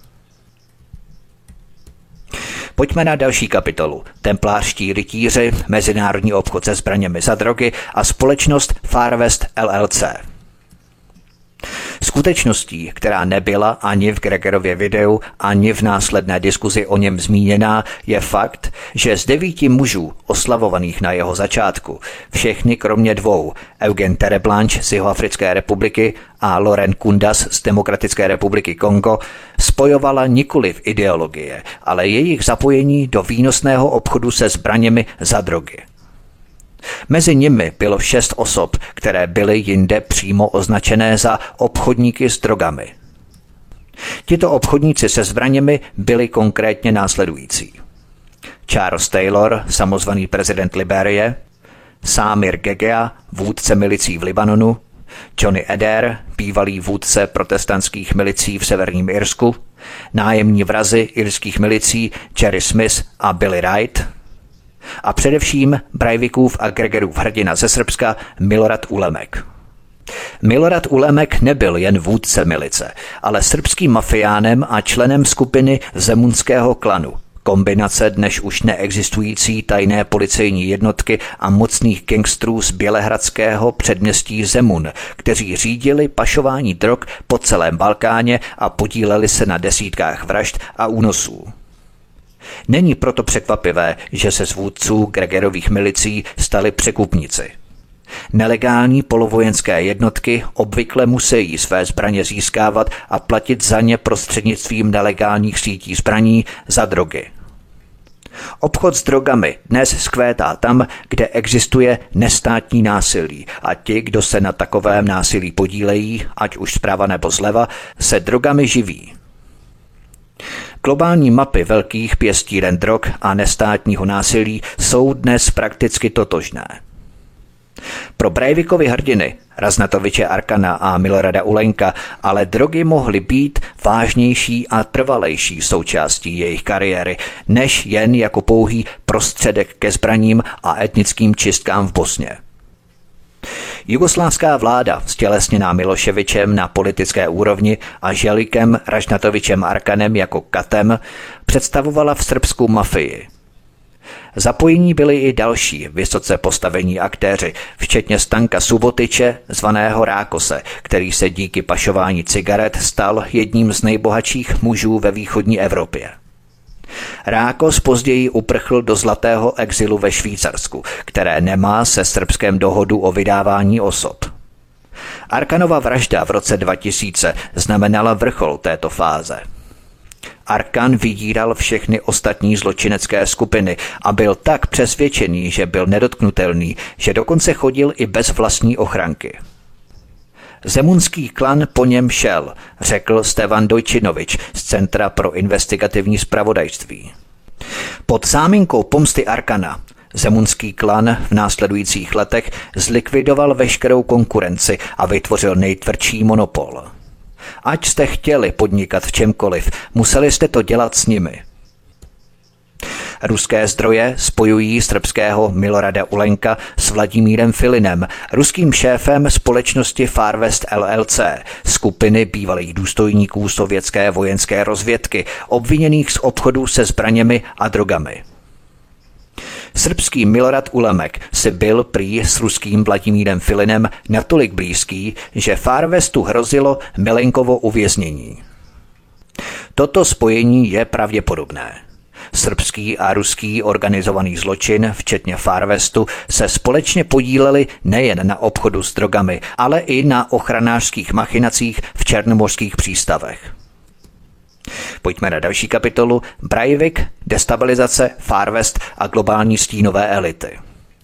Pojďme na další kapitolu. Templářští rytíři, mezinárodní obchod se zbraněmi za drogy a společnost Far West LLC. Skutečností, která nebyla ani v Gregerově videu, ani v následné diskuzi o něm zmíněná, je fakt, že z 9 mužů oslavovaných na jeho začátku, všechny kromě 2, Eugen Tereblanche z Jihoafrické republiky a Laurent Kundas z Demokratické republiky Kongo, spojovala nikoliv ideologie, ale jejich zapojení do výnosného obchodu se zbraněmi za drogy. Mezi nimi bylo 6 osob, které byly jinde přímo označené za obchodníky s drogami. Tito obchodníci se zbraněmi byli konkrétně následující: Charles Taylor, samozvaný prezident Libérie, Samir Gegea, vůdce milicí v Libanonu, Johnny Adair, bývalý vůdce protestantských milicí v severním Irsku, nájemní vrazi irských milicí Jerry Smith a Billy Wright a především Breivikův a Gregerův hrdina ze Srbska Milorad Ulemek. Milorad Ulemek nebyl jen vůdce milice, ale srbským mafiánem a členem skupiny zemunského klanu, kombinace dnes už neexistující tajné policejní jednotky a mocných gangstrů z bělehradského předměstí Zemun, kteří řídili pašování drog po celém Balkáně a podíleli se na desítkách vražd a únosů. Není proto překvapivé, že se z vůdců Gregerových milicí stali překupníci. Nelegální polovojenské jednotky obvykle musí své zbraně získávat a platit za ně prostřednictvím nelegálních sítí zbraní za drogy. Obchod s drogami dnes zkvétá tam, kde existuje nestátní násilí a ti, kdo se na takovém násilí podílejí, ať už zprava nebo zleva, se drogami živí. Globální mapy velkých pěstíren drog a nestátního násilí jsou dnes prakticky totožné. Pro Breivikovy hrdiny, Raznatoviče Arkana a Milorada Ulenka, ale drogy mohly být vážnější a trvalejší součástí jejich kariéry, než jen jako pouhý prostředek ke zbraním a etnickým čistkám v Bosně. Jugoslávská vláda, stělesněná Miloševičem na politické úrovni a Želikem Ražnatovičem Arkanem jako katem, představovala v Srbsku mafii. Zapojení byli i další vysoce postavení aktéři, včetně Stanka Subotiče, zvaného Rákose, který se díky pašování cigaret stal jedním z nejbohatších mužů ve východní Evropě. Rákos později uprchl do zlatého exilu ve Švýcarsku, které nemá se Srbskem dohodu o vydávání osob. Arkanova vražda v roce 2000 znamenala vrchol této fáze. Arkan vydíral všechny ostatní zločinecké skupiny a byl tak přesvědčený, že byl nedotknutelný, že dokonce chodil i bez vlastní ochranky. Zemunský klan po něm šel, řekl Stevan Dojčinovič z Centra pro investigativní zpravodajství. Pod záminkou pomsty Arkana zemunský klan v následujících letech zlikvidoval veškerou konkurenci a vytvořil nejtvrdší monopol. Ať jste chtěli podnikat v čemkoliv, museli jste to dělat s nimi. Ruské zdroje spojují srbského Milorada Ulenka s Vladimírem Filinem, ruským šéfem společnosti Far West LLC, skupiny bývalých důstojníků sovětské vojenské rozvědky, obviněných z obchodu se zbraněmi a drogami. Srbský Milorad Ulemek si byl prý s ruským Vladimírem Filinem natolik blízký, že Far Westu hrozilo Milenkovo uvěznění. Toto spojení je pravděpodobné. Srbský a ruský organizovaný zločin, včetně Far Westu, se společně podíleli nejen na obchodu s drogami, ale i na ochranářských machinacích v černomořských přístavech. Pojďme na další kapitolu: Breivik, destabilizace, Far West a globální stínové elity.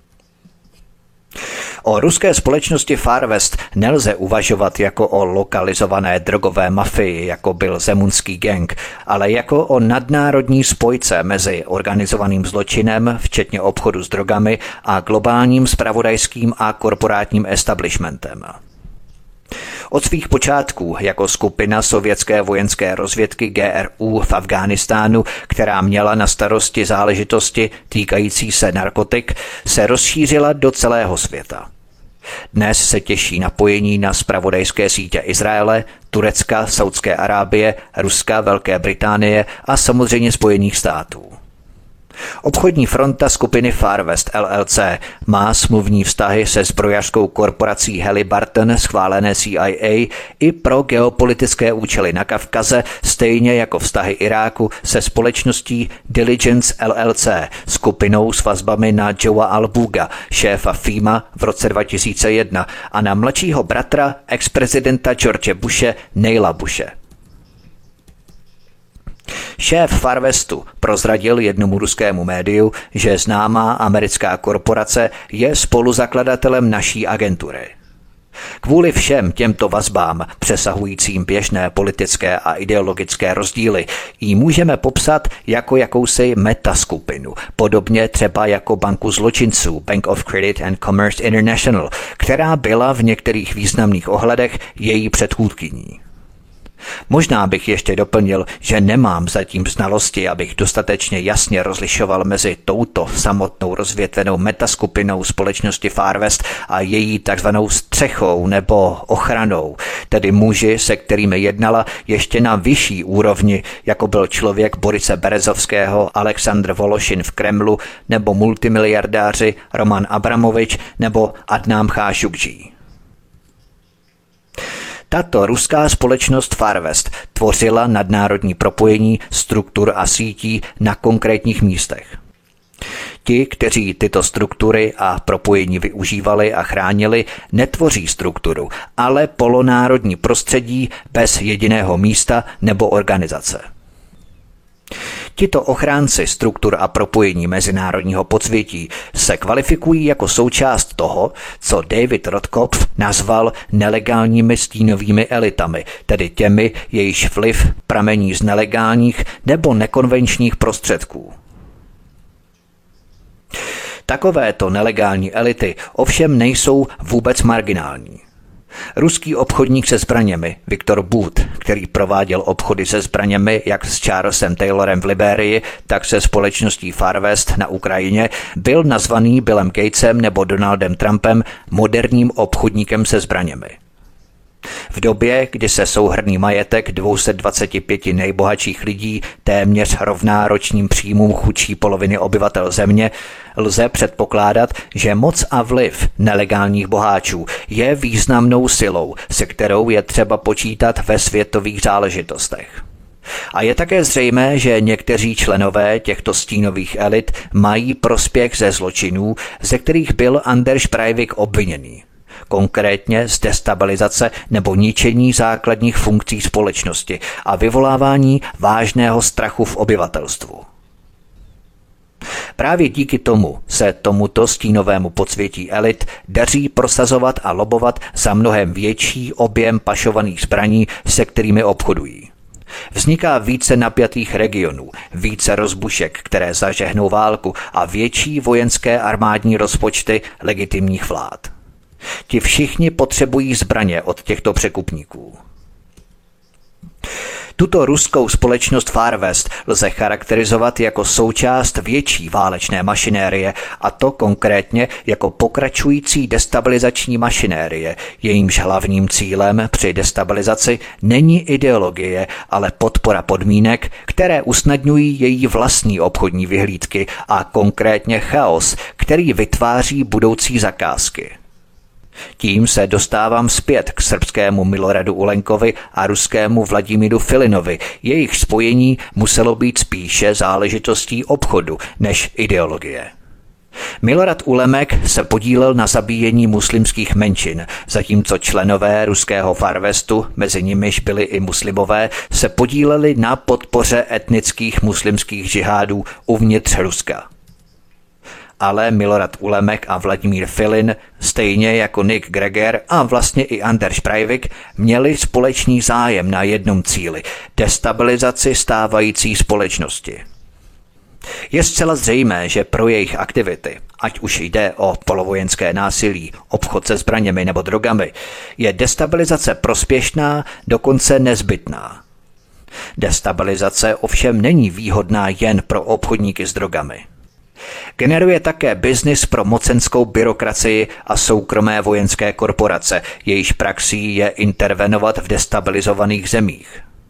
O ruské společnosti Far West nelze uvažovat jako o lokalizované drogové mafii, jako byl zemunský gang, ale jako o nadnárodní spojce mezi organizovaným zločinem, včetně obchodu s drogami, a globálním zpravodajským a korporátním establishmentem. Od svých počátků jako skupina sovětské vojenské rozvědky GRU v Afghánistánu, která měla na starosti záležitosti týkající se narkotik, se rozšířila do celého světa. Dnes se těší napojení na zpravodajské sítě Izraele, Turecka, Saudské Arábie, Ruska, Velké Británie a samozřejmě Spojených států. Obchodní fronta skupiny Far West LLC má smluvní vztahy se zbrojařskou korporací Halliburton schválené CIA i pro geopolitické účely na Kavkaze, stejně jako vztahy Iráku se společností Diligence LLC, skupinou s vazbami na Joea Al-Buga, šéfa FEMA v roce 2001 a na mladšího bratra ex-prezidenta George Bushe, Neila Bushe. Šéf Far Westu prozradil jednomu ruskému médiu, že známá americká korporace je spoluzakladatelem naší agentury. Kvůli všem těmto vazbám, přesahujícím běžné politické a ideologické rozdíly, ji můžeme popsat jako jakousi metaskupinu, podobně třeba jako banku zločinců Bank of Credit and Commerce International, která byla v některých významných ohledech její předchůdkyní. Možná bych ještě doplnil, že nemám zatím znalosti, abych dostatečně jasně rozlišoval mezi touto samotnou rozvětvenou metaskupinou společnosti Far West a její takzvanou střechou nebo ochranou, tedy muži, se kterými jednala ještě na vyšší úrovni, jako byl člověk Borise Berezovského, Aleksandr Vološin v Kremlu nebo multimiliardáři Roman Abramovič nebo Adnám Chášukdží. Tato ruská společnost Far West tvořila nadnárodní propojení struktur a sítí na konkrétních místech. Ti, kteří tyto struktury a propojení využívali a chránili, netvoří strukturu, ale polonárodní prostředí bez jediného místa nebo organizace. Tito ochránci struktur a propojení mezinárodního podsvětí se kvalifikují jako součást toho, co David Rothkopf nazval nelegálními stínovými elitami, tedy těmi, jejichž vliv pramení z nelegálních nebo nekonvenčních prostředků. Takovéto nelegální elity ovšem nejsou vůbec marginální. Ruský obchodník se zbraněmi Viktor Bout, který prováděl obchody se zbraněmi jak s Charlesem Taylorem v Liberii, tak se společností Far West na Ukrajině, byl nazvaný Billem Gatesem nebo Donaldem Trumpem moderním obchodníkem se zbraněmi. V době, kdy se souhrnný majetek 225 nejbohatších lidí téměř rovná ročním příjmům chudší poloviny obyvatel země, lze předpokládat, že moc a vliv nelegálních boháčů je významnou silou, se kterou je třeba počítat ve světových záležitostech. A je také zřejmé, že někteří členové těchto stínových elit mají prospěch ze zločinů, ze kterých byl Anders Breivik obviněný. Konkrétně z destabilizace nebo ničení základních funkcí společnosti a vyvolávání vážného strachu v obyvatelstvu. Právě díky tomu se tomuto stínovému podsvětí elit daří prosazovat a lobovat za mnohem větší objem pašovaných zbraní, se kterými obchodují. Vzniká více napjatých regionů, více rozbušek, které zažehnou válku a větší vojenské armádní rozpočty legitimních vlád. Ti všichni potřebují zbraně od těchto překupníků. Tuto ruskou společnost Far West lze charakterizovat jako součást větší válečné mašinérie, a to konkrétně jako pokračující destabilizační mašinérie. Jejímž hlavním cílem při destabilizaci není ideologie, ale podpora podmínek, které usnadňují její vlastní obchodní vyhlídky a konkrétně chaos, který vytváří budoucí zakázky. Tím se dostávám zpět k srbskému Miloradu Ulenkovi a ruskému Vladimíru Filinovi. Jejich spojení muselo být spíše záležitostí obchodu než ideologie. Milorad Ulemek se podílel na zabíjení muslimských menšin, zatímco členové ruského Far Westu, mezi nimiž byli i muslimové, se podíleli na podpoře etnických muslimských džihádů uvnitř Ruska. Ale Milorad Ulemek a Vladimír Filin, stejně jako Nick Greger a vlastně i Anders Breivik, měli společný zájem na jednom cíli – destabilizaci stávající společnosti. Je zcela zřejmé, že pro jejich aktivity, ať už jde o polovojenské násilí, obchod se zbraněmi nebo drogami, je destabilizace prospěšná, dokonce nezbytná. Destabilizace ovšem není výhodná jen pro obchodníky s drogami. Generuje také biznis pro mocenskou byrokracii a soukromé vojenské korporace, jejíž praxí je intervenovat v destabilizovaných zemích.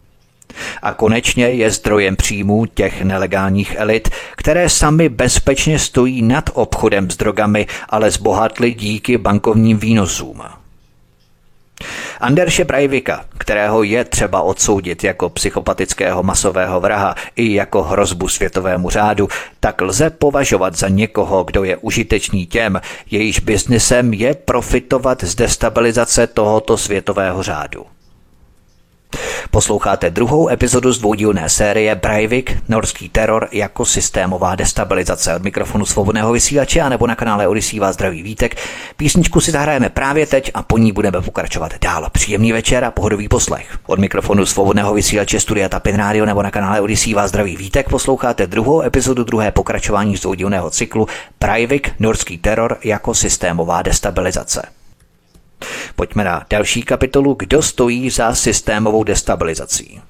A konečně je zdrojem příjmů těch nelegálních elit, které sami bezpečně stojí nad obchodem s drogami, ale zbohatly díky bankovním výnosům. Anderše Breivika, kterého je třeba odsoudit jako psychopatického masového vraha i jako hrozbu světovému řádu, tak lze považovat za někoho, kdo je užitečný těm, jejíž biznesem je profitovat z destabilizace tohoto světového řádu. Posloucháte druhou epizodu z dvoudílné série Breivik, norský teror jako systémová destabilizace. Od mikrofonu Svobodného vysílače a nebo na kanále Odyssey vás zdraví Vítek. Písničku si zahrajeme právě teď a po ní budeme pokračovat dál. Příjemný večer a pohodový poslech. Od mikrofonu Svobodného vysílače Studia Tapin Radio nebo na kanále Odyssey vás zdraví Vítek. Posloucháte druhou epizodu druhé pokračování z dvoudílného cyklu Breivik, norský teror jako systémová destabilizace. Pojďme na další kapitolu, kdo stojí za systémovou destabilizací.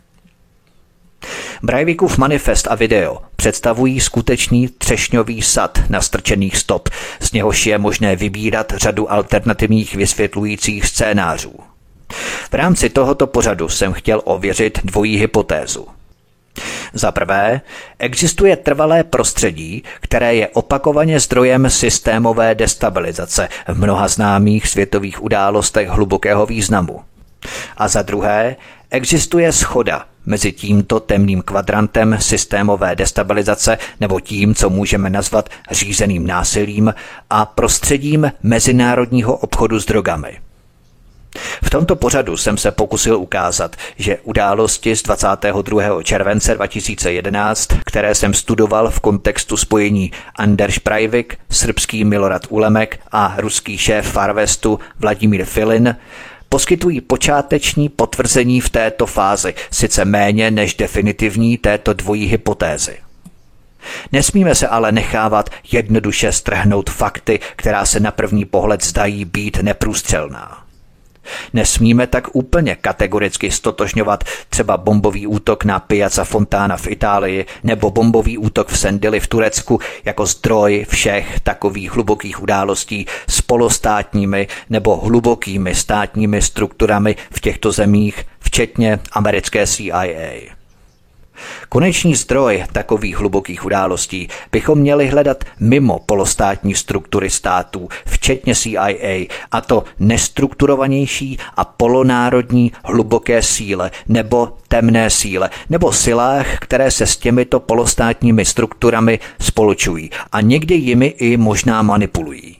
Breivikův manifest a video představují skutečný třešňový sad nastrčených stop, z něhož je možné vybírat řadu alternativních vysvětlujících scénářů. V rámci tohoto pořadu jsem chtěl ověřit dvojí hypotézu. Za prvé, existuje trvalé prostředí, které je opakovaně zdrojem systémové destabilizace v mnoha známých světových událostech hlubokého významu. A za druhé, existuje shoda mezi tímto temným kvadrantem systémové destabilizace nebo tím, co můžeme nazvat řízeným násilím a prostředím mezinárodního obchodu s drogami. V tomto pořadu jsem se pokusil ukázat, že události z 22. července 2011, které jsem studoval v kontextu spojení Anders Breivik, srbský Milorad Ulemek a ruský šéf Farvestu Vladimír Filin, poskytují počáteční potvrzení v této fázi, sice méně než definitivní této dvojí hypotézy. Nesmíme se ale nechávat jednoduše strhnout fakty, která se na první pohled zdají být neprůstřelná. Nesmíme tak úplně kategoricky stotožňovat třeba bombový útok na Piazza Fontana v Itálii nebo bombový útok v Sendili v Turecku jako zdroj všech takových hlubokých událostí s polostátními nebo hlubokými státními strukturami v těchto zemích, včetně americké CIA. Konečný zdroj takových hlubokých událostí bychom měli hledat mimo polostátní struktury států, včetně CIA, a to nestrukturovanější a polonárodní hluboké síle nebo temné síle, nebo silách, které se s těmito polostátními strukturami spolučují a někdy jimi i možná manipulují.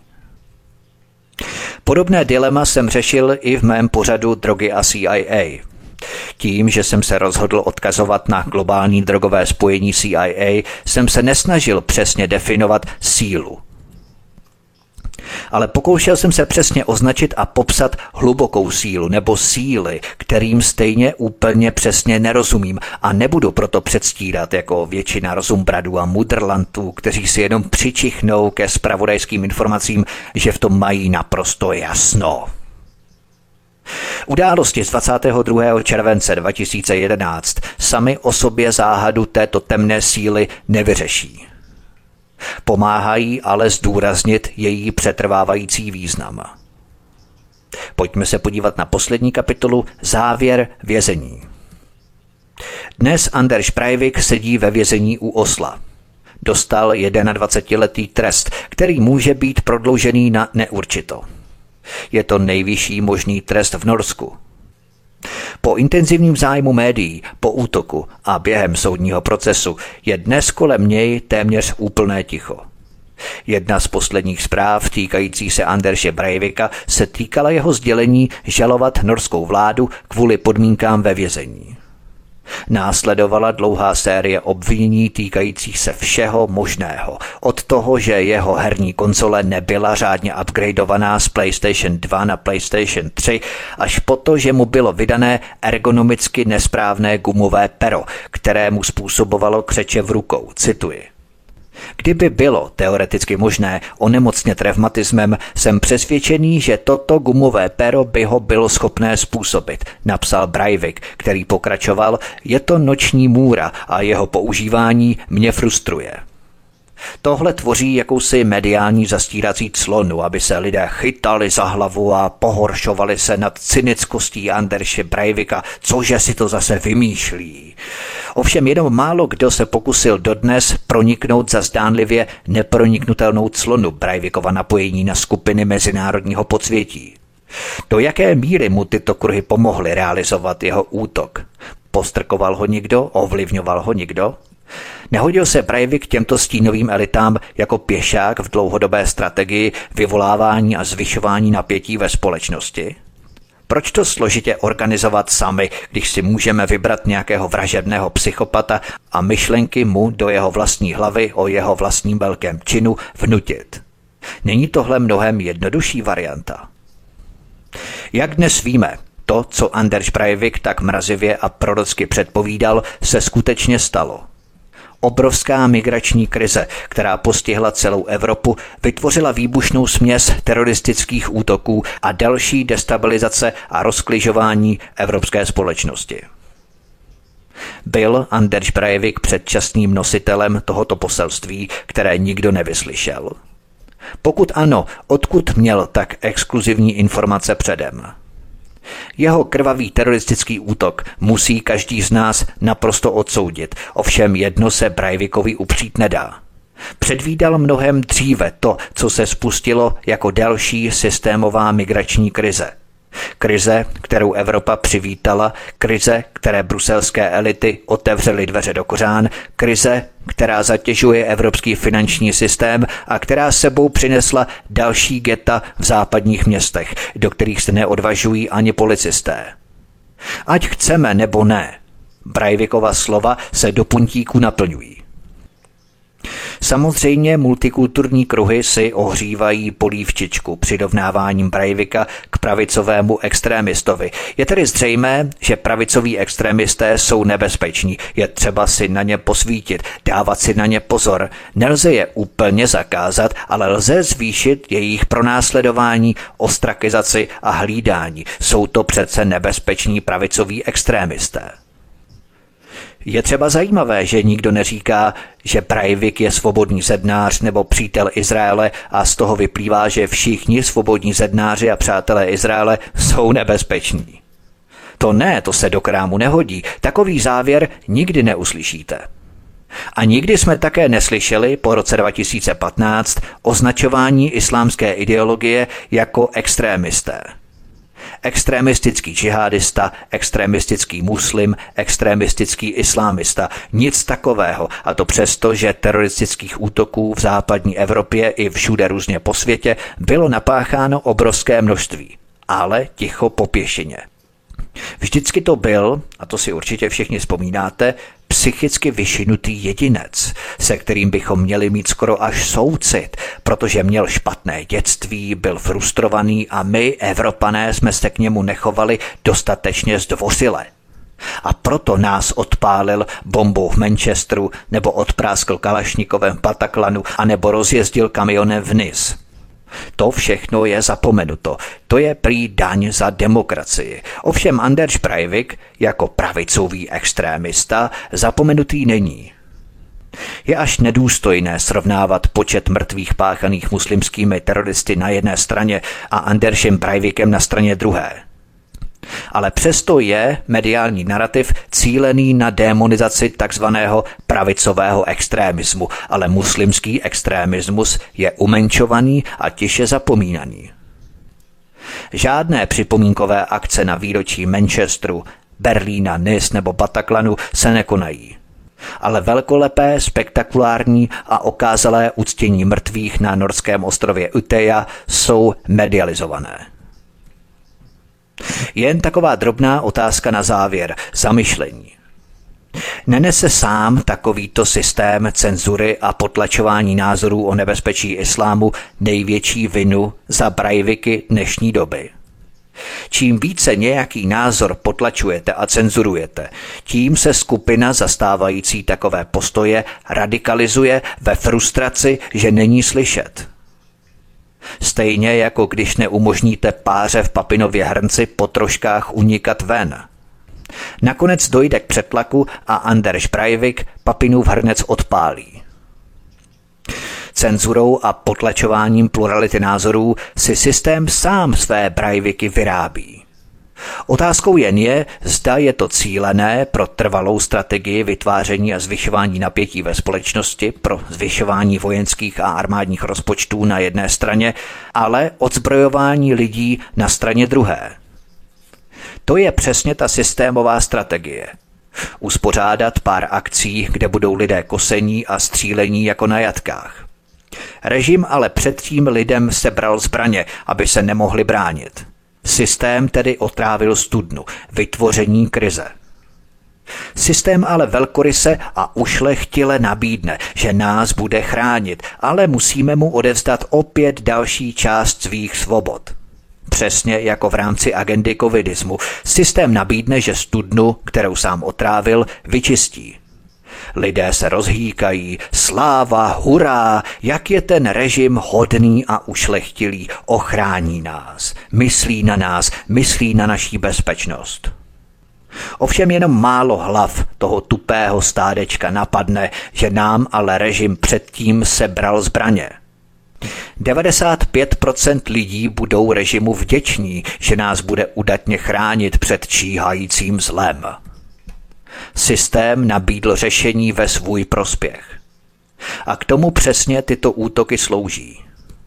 Podobné dilema jsem řešil i v mém pořadu Drogy a CIA. Tím, že jsem se rozhodl odkazovat na globální drogové spojení CIA, jsem se nesnažil přesně definovat sílu. Ale pokoušel jsem se přesně označit a popsat hlubokou sílu nebo síly, kterým stejně úplně přesně nerozumím a nebudu proto předstírat jako většina rozumbradů a mudrlantů, kteří si jenom přičichnou ke zpravodajským informacím, že v tom mají naprosto jasno. Události z 22. července 2011 sami o sobě záhadu této temné síly nevyřeší. Pomáhají ale zdůraznit její přetrvávající význam. Pojďme se podívat na poslední kapitolu Závěr vězení. Dnes Anders Breivik sedí ve vězení u Osla. Dostal 21letý trest, který může být prodloužený na neurčito. Je to nejvyšší možný trest v Norsku. Po intenzivním zájmu médií, po útoku a během soudního procesu je dnes kolem něj téměř úplné ticho. Jedna z posledních zpráv týkající se Anderše Breivika se týkala jeho sdělení žalovat norskou vládu kvůli podmínkám ve vězení. Následovala dlouhá série obvinění týkajících se všeho možného. Od toho, že jeho herní konzole nebyla řádně upgradeovaná z PlayStation 2 na PlayStation 3, až po to, že mu bylo vydané ergonomicky nesprávné gumové pero, které mu způsobovalo křeče v rukou. Cituji. Kdyby bylo teoreticky možné onemocnět revmatismem, jsem přesvědčený, že toto gumové pero by ho bylo schopné způsobit, napsal Breivik, který pokračoval, je to noční můra a jeho používání mě frustruje. Tohle tvoří jakousi mediální zastírací clonu, aby se lidé chytali za hlavu a pohoršovali se nad cynickostí Anderše Breivika, cože si to zase vymýšlí. Ovšem jenom málo kdo se pokusil dodnes proniknout za zdánlivě neproniknutelnou clonu Breivikova napojení na skupiny mezinárodního podsvětí. Do jaké míry mu tyto kruhy pomohly realizovat jeho útok? Postrkoval ho někdo? Ovlivňoval ho někdo? Nehodil se Breivik těmto stínovým elitám jako pěšák v dlouhodobé strategii vyvolávání a zvyšování napětí ve společnosti? Proč to složitě organizovat sami, když si můžeme vybrat nějakého vražedného psychopata a myšlenky mu do jeho vlastní hlavy o jeho vlastním velkém činu vnutit? Není tohle mnohem jednodušší varianta? Jak dnes víme, to, co Anders Breivik tak mrazivě a prorocky předpovídal, se skutečně stalo. Obrovská migrační krize, která postihla celou Evropu, vytvořila výbušnou směs teroristických útoků a další destabilizace a rozkližování evropské společnosti. Byl Anders Breivik předčasným nositelem tohoto poselství, které nikdo nevyslyšel? Pokud ano, odkud měl tak exkluzivní informace předem? Jeho krvavý teroristický útok musí každý z nás naprosto odsoudit, ovšem jedno se Breivikovi upřít nedá. Předvídal mnohem dříve to, co se spustilo jako další systémová migrační krize. Krize, kterou Evropa přivítala, krize, které bruselské elity otevřely dveře do kořán, krize, která zatěžuje evropský finanční systém a která sebou přinesla další geta v západních městech, do kterých se neodvažují ani policisté. Ať chceme nebo ne, Breivikova slova se do puntíku naplňují. Samozřejmě multikulturní kruhy si ohřívají polívčičku přirovnáváním Breivika k pravicovému extrémistovi. Je tedy zřejmé, že pravicoví extrémisté jsou nebezpeční. Je třeba si na ně posvítit, dávat si na ně pozor. Nelze je úplně zakázat, ale lze zvýšit jejich pronásledování, ostrakizaci a hlídání. Jsou to přece nebezpeční pravicoví extrémisté. Je třeba zajímavé, že nikdo neříká, že Breivik je svobodný zednář nebo přítel Izraele a z toho vyplývá, že všichni svobodní zednáři a přátelé Izraele jsou nebezpeční. To ne, to se do krámu nehodí. Takový závěr nikdy neuslyšíte. A nikdy jsme také neslyšeli po roce 2015 označování islámské ideologie jako extrémisté. Extremistický džihadista, extremistický muslim, extremistický islámista. Nic takového. A to přesto, že teroristických útoků v západní Evropě i všude různě po světě bylo napácháno obrovské množství. Ale ticho po pěšině. Vždycky to byl, a to si určitě všichni vzpomínáte, psychicky vyšinutý jedinec, se kterým bychom měli mít skoro až soucit, protože měl špatné dětství, byl frustrovaný a my, Evropané, jsme se k němu nechovali dostatečně zdvořile. A proto nás odpálil bombou v Manchesteru, nebo odpráskl kalašnikovem v Bataklanu, anebo rozjezdil kamionem v Nice. To všechno je zapomenuto. To je prý daň za demokracii. Ovšem Anders Breivik jako pravicový extrémista zapomenutý není. Je až nedůstojné srovnávat počet mrtvých páchaných muslimskými teroristy na jedné straně a Andersem Breivikem na straně druhé. Ale přesto je mediální narrativ cílený na démonizaci takzvaného pravicového extrémismu, ale muslimský extrémismus je umenčovaný a tiše zapomínaný. Žádné připomínkové akce na výročí Manchesteru, Berlína, Nice nebo Bataklanu se nekonají. Ale velkolepé, spektakulární a okázalé uctění mrtvých na norském ostrově Utøya jsou medializované. Jen taková drobná otázka na závěr, zamyšlení. Nenese sám takovýto systém cenzury a potlačování názorů o nebezpečí islámu největší vinu za Breiviky dnešní doby? Čím více nějaký názor potlačujete a cenzurujete, tím se skupina zastávající takové postoje radikalizuje ve frustraci, že není slyšet. Stejně jako když neumožníte páře v papinově hrnci po troškách unikat ven. Nakonec dojde k přetlaku a Anders Breivik papinův hrnec odpálí. Cenzurou a potlačováním plurality názorů si systém sám své brajviky vyrábí. Otázkou jen je, zda je to cílené pro trvalou strategii vytváření a zvyšování napětí ve společnosti, pro zvyšování vojenských a armádních rozpočtů na jedné straně, ale odzbrojování lidí na straně druhé. To je přesně ta systémová strategie. Uspořádat pár akcí, kde budou lidé kosení a střílení jako na jatkách. Režim ale předtím lidem sebral zbraně, aby se nemohli bránit. Systém tedy otrávil studnu, vytvoření krize. Systém ale velkoryse a ušlechtile nabídne, že nás bude chránit, ale musíme mu odevzdat opět další část svých svobod. Přesně jako v rámci agendy covidismu, systém nabídne, že studnu, kterou sám otrávil, vyčistí. Lidé se rozhýkají, sláva, hurá, jak je ten režim hodný a ušlechtilý, ochrání nás, myslí na naší bezpečnost. Ovšem jenom málo hlav toho tupého stádečka napadne, že nám ale režim předtím sebral zbraně. 95% lidí budou režimu vděční, že nás bude udatně chránit před číhajícím zlem. Systém nabídl řešení ve svůj prospěch. A k tomu přesně tyto útoky slouží.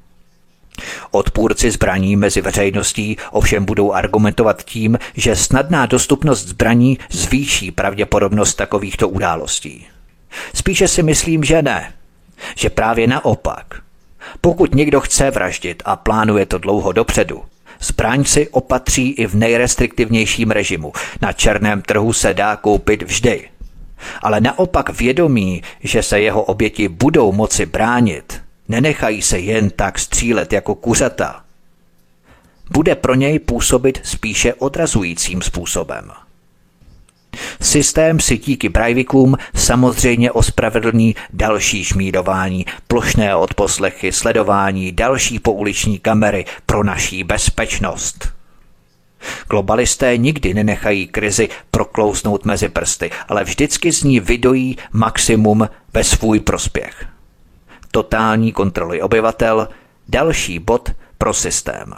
Odpůrci zbraní mezi veřejností ovšem budou argumentovat tím, že snadná dostupnost zbraní zvýší pravděpodobnost takovýchto událostí. Spíše si myslím, že ne. Že právě naopak. Pokud někdo chce vraždit a plánuje to dlouho dopředu, zbraň si opatří i v nejrestriktivnějším režimu. Na černém trhu se dá koupit vždy. Ale naopak vědomí, že se jeho oběti budou moci bránit, nenechají se jen tak střílet jako kuřata, bude pro něj působit spíše odrazujícím způsobem. Systém si díky brajvikům samozřejmě ospravedlní další šmírování, plošné odposlechy, sledování, další pouliční kamery pro naší bezpečnost. Globalisté nikdy nenechají krizi proklouznout mezi prsty, ale vždycky z ní vydojí maximum ve svůj prospěch. Totální kontroly obyvatel, další bod pro systém.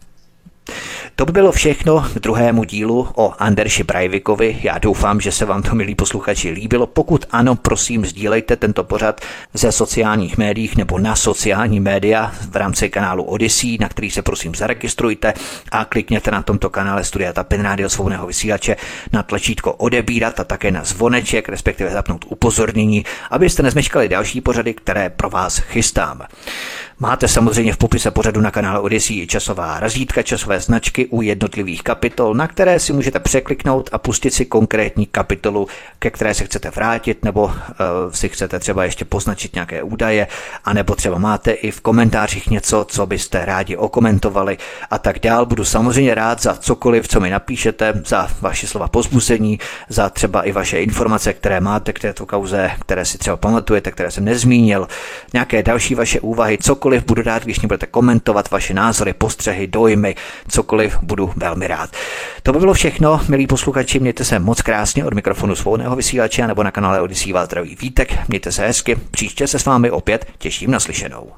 To by bylo všechno k druhému dílu o Andersi Breivikovi. Já doufám, že se vám to, milí posluchači, líbilo. Pokud ano, prosím, sdílejte tento pořad ze sociálních médiích nebo na sociální média v rámci kanálu Odyssey, na který se prosím zaregistrujte a klikněte na tomto kanále Studia Tapin Rádio Svobodného vysílače na tlačítko odebírat a také na zvoneček, respektive zapnout upozornění, abyste nezmeškali další pořady, které pro vás chystám. Máte samozřejmě v popise pořadu na kanále Odyssey časová razítka, časové značky u jednotlivých kapitol, na které si můžete překliknout a pustit si konkrétní kapitolu, ke které se chcete vrátit, nebo si chcete třeba ještě poznačit nějaké údaje, anebo třeba máte i v komentářích něco, co byste rádi okomentovali a tak dál. Budu samozřejmě rád za cokoliv, co mi napíšete, za vaše slova povzbuzení, za třeba i vaše informace, které máte k této kauze, které si třeba pamatujete, které jsem nezmínil, nějaké další vaše úvahy, cokoliv budu rád, když mě budete komentovat vaše názory, postřehy, dojmy, cokoliv budu velmi rád. To by bylo všechno, milí posluchači, mějte se moc krásně od mikrofonu Svobodného vysílače nebo na kanále Odyssey vás zdraví Vítek, mějte se hezky, příště se s vámi opět těším na slyšenou.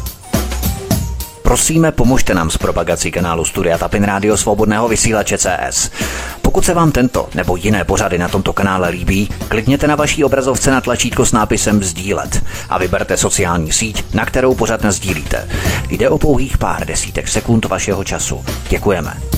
Prosíme, pomožte nám s propagací kanálu Studia Tapin Rádio Svobodného vysílače CS. Pokud se vám tento nebo jiné pořady na tomto kanále líbí, klikněte na vaší obrazovce na tlačítko s nápisem sdílet a vyberte sociální síť, na kterou pořad nasdílíte. Jde o pouhých pár desítek sekund vašeho času. Děkujeme.